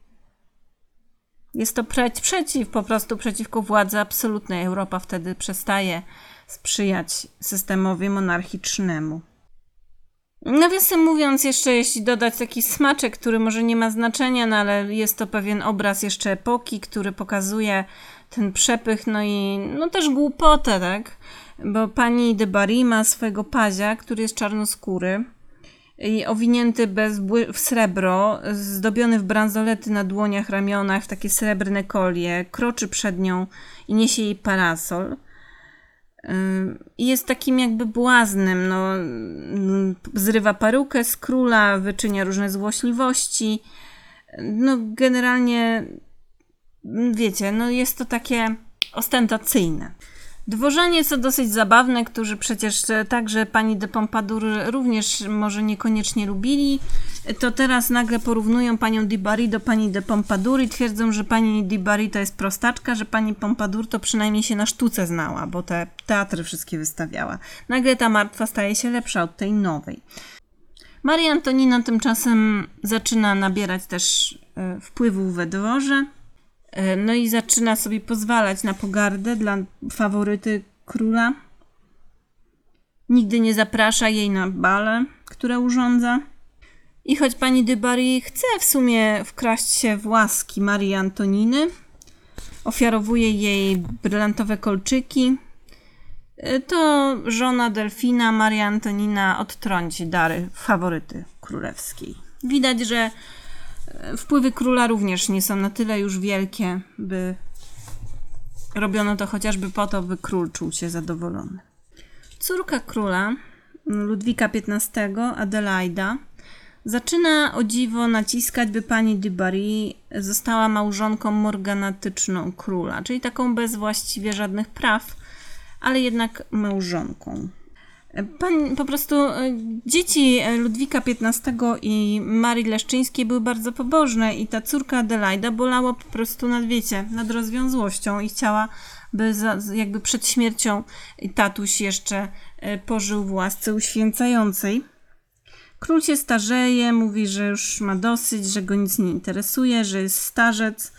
Jest to pre- przeciw, po prostu przeciwko władzy absolutnej. Europa wtedy przestaje sprzyjać systemowi monarchicznemu. Nawiasem mówiąc, jeszcze jeśli dodać taki smaczek, który może nie ma znaczenia, no ale jest to pewien obraz jeszcze epoki, który pokazuje ten przepych, no i no też głupotę, tak? Bo pani du Barry ma swojego pazia, który jest czarnoskóry i owinięty bez bły- w srebro, zdobiony w bransolety na dłoniach, ramionach, w takie srebrne kolie, kroczy przed nią i niesie jej parasol. I jest takim jakby błaznem, no, zrywa perukę z króla, wyczynia różne złośliwości, No generalnie, wiecie, no jest to takie ostentacyjne. Dworzanie, co dosyć zabawne, którzy przecież także pani de Pompadour również może niekoniecznie lubili, to teraz nagle porównują panią du Barry do pani de Pompadour i twierdzą, że pani du Barry to jest prostaczka, że pani Pompadour to przynajmniej się na sztuce znała, bo te teatry wszystkie wystawiała. Nagle ta martwa staje się lepsza od tej nowej. Maria Antonina tymczasem zaczyna nabierać też e, wpływów we dworze. No i zaczyna sobie pozwalać na pogardę dla faworyty króla. Nigdy nie zaprasza jej na bale, które urządza. I choć pani du Barry chce w sumie wkraść się w łaski Marii Antoniny, ofiarowuje jej brylantowe kolczyki, to żona Delfina, Maria Antonina, odtrąci dary faworyty królewskiej. Widać, że wpływy króla również nie są na tyle już wielkie, by robiono to chociażby po to, by król czuł się zadowolony. Córka króla, Ludwika piętnastego, Adelaida, zaczyna o dziwo naciskać, by pani du Barry została małżonką morganatyczną króla, czyli taką bez właściwie żadnych praw, ale jednak małżonką. Pan, po prostu dzieci Ludwika piętnastego i Marii Leszczyńskiej były bardzo pobożne i ta córka Adelaida bolała po prostu nad, wiecie, nad rozwiązłością i chciała, by za, jakby przed śmiercią tatuś jeszcze pożył w łasce uświęcającej. Król się starzeje, mówi, że już ma dosyć, że go nic nie interesuje, że jest starzec.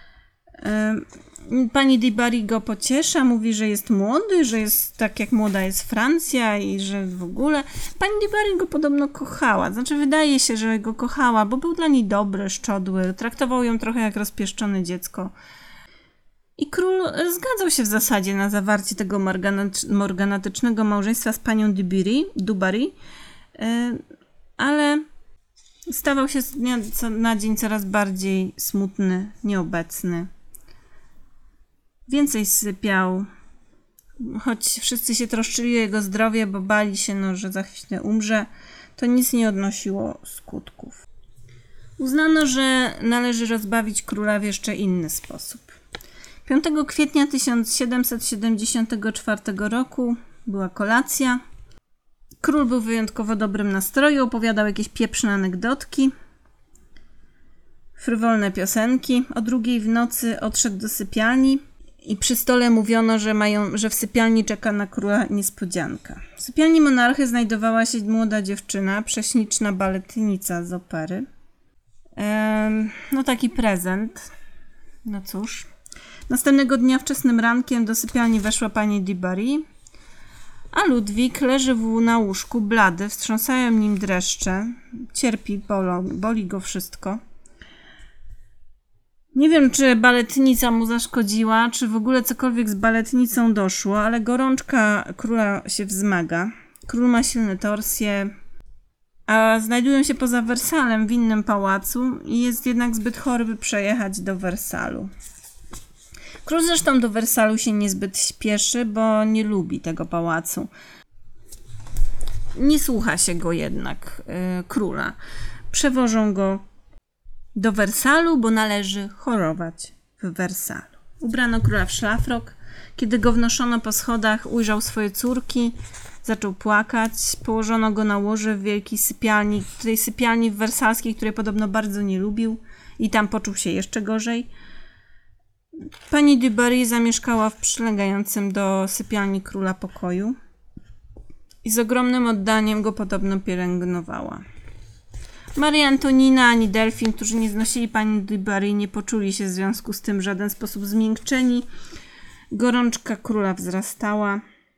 Pani du Barry go pociesza, mówi, że jest młody, że jest tak jak młoda jest Francja i że w ogóle. Pani du Barry go podobno kochała, znaczy wydaje się, że go kochała, bo był dla niej dobry, szczodły, traktował ją trochę jak rozpieszczone dziecko. I król zgadzał się w zasadzie na zawarcie tego morganatycznego małżeństwa z panią du Barry, du Barry, ale stawał się z dnia na dzień coraz bardziej smutny, nieobecny. Więcej sypiał, choć wszyscy się troszczyli o jego zdrowie, bo bali się, no, że za chwilę umrze, to nic nie odnosiło skutków. Uznano, że należy rozbawić króla w jeszcze inny sposób. piątego kwietnia tysiąc siedemset siedemdziesiątego czwartego roku była kolacja. Król był w wyjątkowo dobrym nastroju, opowiadał jakieś pieprzne anegdotki, frywolne piosenki. O drugiej w nocy odszedł do sypialni i przy stole mówiono, że, mają, że w sypialni czeka na króla niespodzianka. W sypialni monarchy znajdowała się młoda dziewczyna, prześliczna baletnica z opery. Ehm, no taki prezent. No cóż. Następnego dnia wczesnym rankiem do sypialni weszła pani du Barry, a Ludwik leży w, na łóżku blady, wstrząsają nim dreszcze, cierpi, bolo, boli go wszystko. Nie wiem, czy baletnica mu zaszkodziła, czy w ogóle cokolwiek z baletnicą doszło, ale gorączka króla się wzmaga. Król ma silne torsje, a znajdują się poza Wersalem w innym pałacu i jest jednak zbyt chory, by przejechać do Wersalu. Król zresztą do Wersalu się niezbyt śpieszy, bo nie lubi tego pałacu. Nie słucha się go jednak yy, króla. Przewożą go do Wersalu, bo należy chorować w Wersalu. Ubrano króla w szlafrok. Kiedy go wnoszono po schodach, ujrzał swoje córki, zaczął płakać. Położono go na łoże w wielkiej sypialni, tej sypialni wersalskiej, której podobno bardzo nie lubił i tam poczuł się jeszcze gorzej. Pani du Barry zamieszkała w przylegającym do sypialni króla pokoju i z ogromnym oddaniem go podobno pielęgnowała. Maria Antonina ani Delfin, którzy nie znosili pani du Barry, nie poczuli się w związku z tym w żaden sposób zmiękczeni. Gorączka króla wzrastała.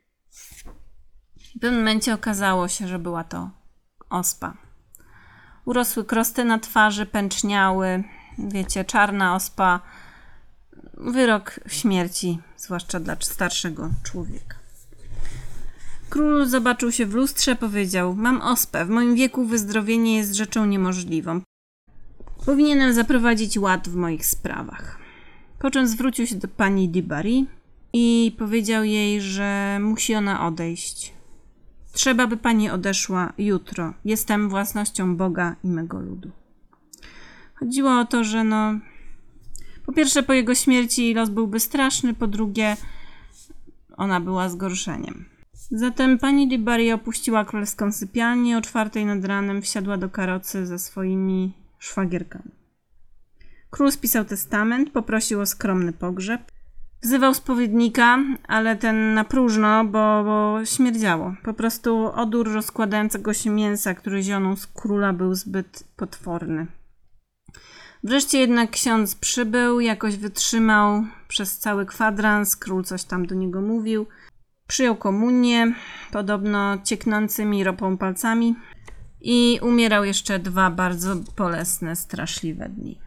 W pewnym momencie okazało się, że była to ospa. Urosły krosty na twarzy, pęczniały, wiecie, czarna ospa. Wyrok śmierci, zwłaszcza dla starszego człowieka. Król zobaczył się w lustrze, powiedział: mam ospę, w moim wieku wyzdrowienie jest rzeczą niemożliwą. Powinienem zaprowadzić ład w moich sprawach. Po czym zwrócił się do pani du Barry i powiedział jej, że musi ona odejść. Trzeba, by pani odeszła jutro. Jestem własnością Boga i mego ludu. Chodziło o to, że no po pierwsze po jego śmierci los byłby straszny, po drugie ona była zgorszeniem. Zatem pani de Barry opuściła królewską sypialnię, o czwartej nad ranem wsiadła do karocy ze swoimi szwagierkami. Król spisał testament, poprosił o skromny pogrzeb. Wzywał spowiednika, ale ten na próżno, bo, bo śmierdziało. Po prostu odór rozkładającego się mięsa, który zionął z króla, był zbyt potworny. Wreszcie jednak ksiądz przybył, jakoś wytrzymał przez cały kwadrans, król coś tam do niego mówił. Przyjął komunię, podobno cieknącymi ropą palcami i umierał jeszcze dwa bardzo bolesne, straszliwe dni.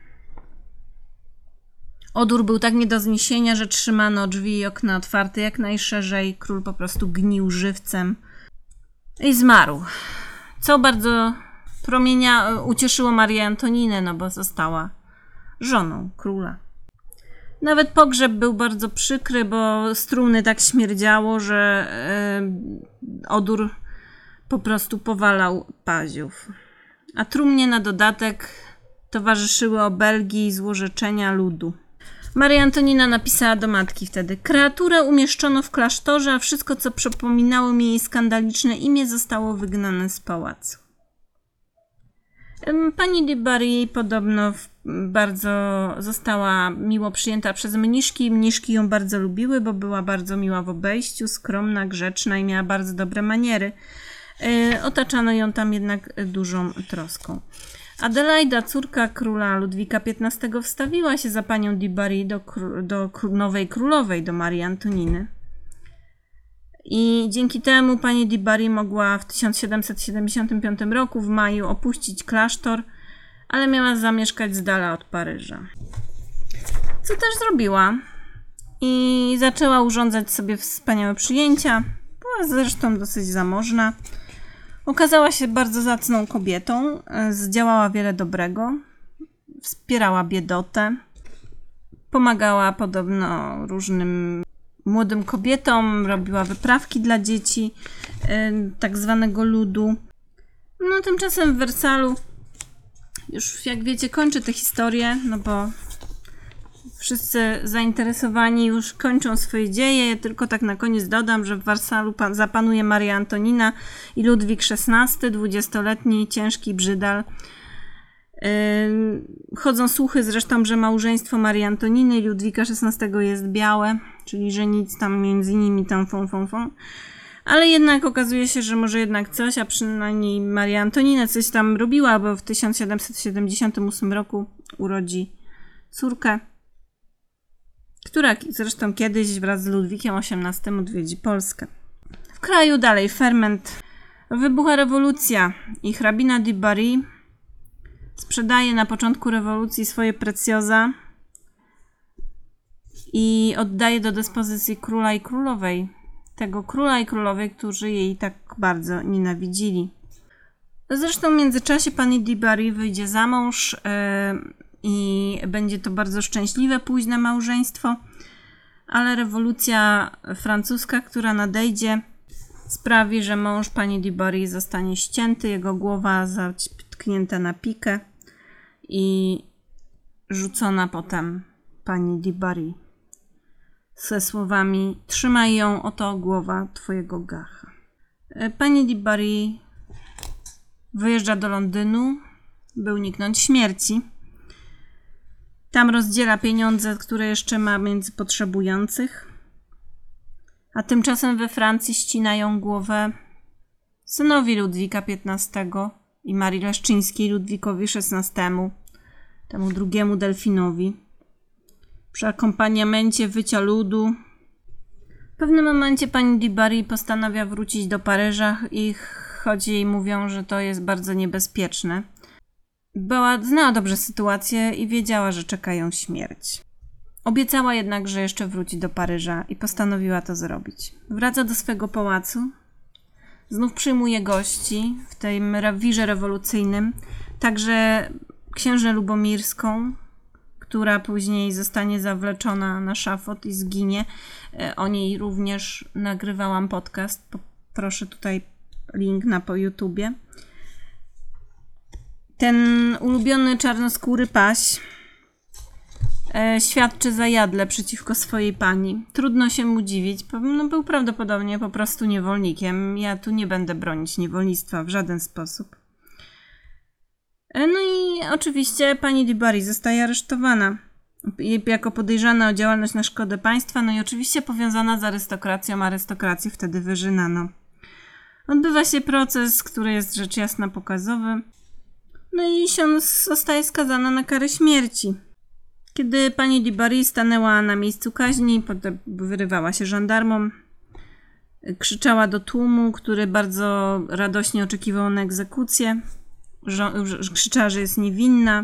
Odór był tak nie do zniesienia, że trzymano drzwi i okna otwarte jak najszerzej. Król po prostu gnił żywcem i zmarł. Co bardzo promienia ucieszyło Marię Antoninę, no bo została żoną króla. Nawet pogrzeb był bardzo przykry, bo z trumny tak śmierdziało, że yy, odór po prostu powalał paziów. A trumnie na dodatek towarzyszyły obelgi i złorzeczenia ludu. Maria Antonina napisała do matki wtedy: kreaturę umieszczono w klasztorze, a wszystko, co przypominało mi jej skandaliczne imię, zostało wygnane z pałacu. Pani de Barry podobno bardzo została miło przyjęta przez mniszki. Mniszki ją bardzo lubiły, bo była bardzo miła w obejściu, skromna, grzeczna i miała bardzo dobre maniery. Otaczano ją tam jednak dużą troską. Adelaida, córka króla Ludwika piętnastego, wstawiła się za panią de Barry do, do nowej królowej, do Marii Antoniny. I dzięki temu pani de Barry mogła w tysiąc siedemset siedemdziesiątym piątym roku w maju opuścić klasztor, ale miała zamieszkać z dala od Paryża. Co też zrobiła. I zaczęła urządzać sobie wspaniałe przyjęcia. Była zresztą dosyć zamożna. Okazała się bardzo zacną kobietą, zdziałała wiele dobrego, wspierała biedotę, pomagała podobno różnym młodym kobietom, robiła wyprawki dla dzieci, tak zwanego ludu. No tymczasem w Wersalu już, jak wiecie, kończę tę historię, no bo wszyscy zainteresowani już kończą swoje dzieje. Tylko tak na koniec dodam, że w Wersalu zapanuje Maria Antonina i Ludwik szesnasty, dwudziestoletni ciężki brzydal. Chodzą słuchy zresztą, że małżeństwo Marii Antoniny i Ludwika szesnastego jest białe, czyli że nic tam między nimi tam fą, fą, fą. Ale jednak okazuje się, że może jednak coś, a przynajmniej Maria Antonina coś tam robiła, bo w tysiąc siedemset siedemdziesiątym ósmym roku urodzi córkę, która zresztą kiedyś wraz z Ludwikiem osiemnastym odwiedzi Polskę. W kraju dalej ferment. Wybucha rewolucja i hrabina de Barry sprzedaje na początku rewolucji swoje precjoza i oddaje do dyspozycji króla i królowej. Tego króla i królowej, którzy jej tak bardzo nienawidzili. Zresztą w międzyczasie pani de Barry wyjdzie za mąż yy, i będzie to bardzo szczęśliwe, późne małżeństwo, ale rewolucja francuska, która nadejdzie, sprawi, że mąż pani de Barry zostanie ścięty, jego głowa zatknięta na pikę i rzucona potem pani de Barry ze słowami: trzymaj ją, oto głowa twojego gacha. Pani de Barry wyjeżdża do Londynu, by uniknąć śmierci. Tam rozdziela pieniądze, które jeszcze ma między potrzebujących. A tymczasem we Francji ścinają głowę synowi Ludwika piętnastego i Marii Leszczyńskiej, Ludwikowi szesnastemu, temu drugiemu Delfinowi, przy akompaniamencie wycia ludu. W pewnym momencie pani de Barry postanawia wrócić do Paryża i choć jej mówią, że to jest bardzo niebezpieczne, była, znała dobrze sytuację i wiedziała, że czeka ją śmierć. Obiecała jednak, że jeszcze wróci do Paryża i postanowiła to zrobić. Wraca do swego pałacu, znów przyjmuje gości w tym wirze rewolucyjnym, także księżnę Lubomirską, która później zostanie zawleczona na szafot i zginie. O niej również nagrywałam podcast. Proszę tutaj link na po YouTubie. Ten ulubiony czarnoskóry paź e, świadczy zajadle przeciwko swojej pani. Trudno się mu dziwić, no, był prawdopodobnie po prostu niewolnikiem. Ja tu nie będę bronić niewolnictwa w żaden sposób. E, no i oczywiście pani du Barry zostaje aresztowana jako podejrzana o działalność na szkodę państwa, no i oczywiście powiązana z arystokracją. Arystokrację wtedy wyżynano. Odbywa się proces, który jest rzecz jasna pokazowy. No i on zostaje skazana na karę śmierci. Kiedy pani du Barry stanęła na miejscu kaźni, potem wyrywała się żandarmom, krzyczała do tłumu, który bardzo radośnie oczekiwał na egzekucję. Krzyczała, że jest niewinna.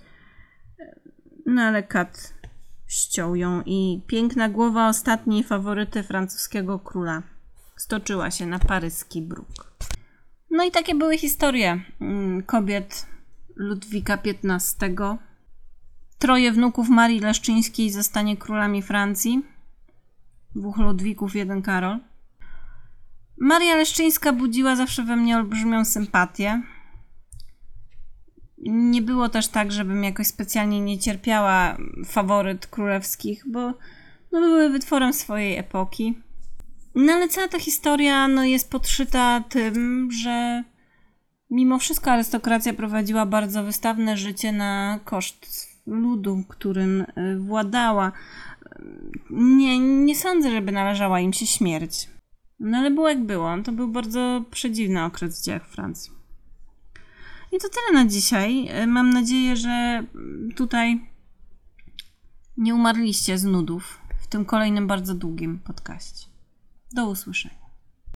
No ale kat ściął ją i piękna głowa ostatniej faworyty francuskiego króla stoczyła się na paryski bruk. No i takie były historie kobiet Ludwika piętnastego. Troje wnuków Marii Leszczyńskiej zostanie królami Francji. Dwóch Ludwików, jeden Karol. Maria Leszczyńska budziła zawsze we mnie olbrzymią sympatię. Nie było też tak, żebym jakoś specjalnie nie cierpiała faworyt królewskich, bo no, były wytworem swojej epoki. No ale cała ta historia no, jest podszyta tym, że mimo wszystko arystokracja prowadziła bardzo wystawne życie na koszt ludu, którym władała. Nie, nie sądzę, żeby należała im się śmierć. No ale było jak było. To był bardzo przedziwny okres w dziejach Francji. I to tyle na dzisiaj. Mam nadzieję, że tutaj nie umarliście z nudów w tym kolejnym bardzo długim podcaście. Do usłyszenia.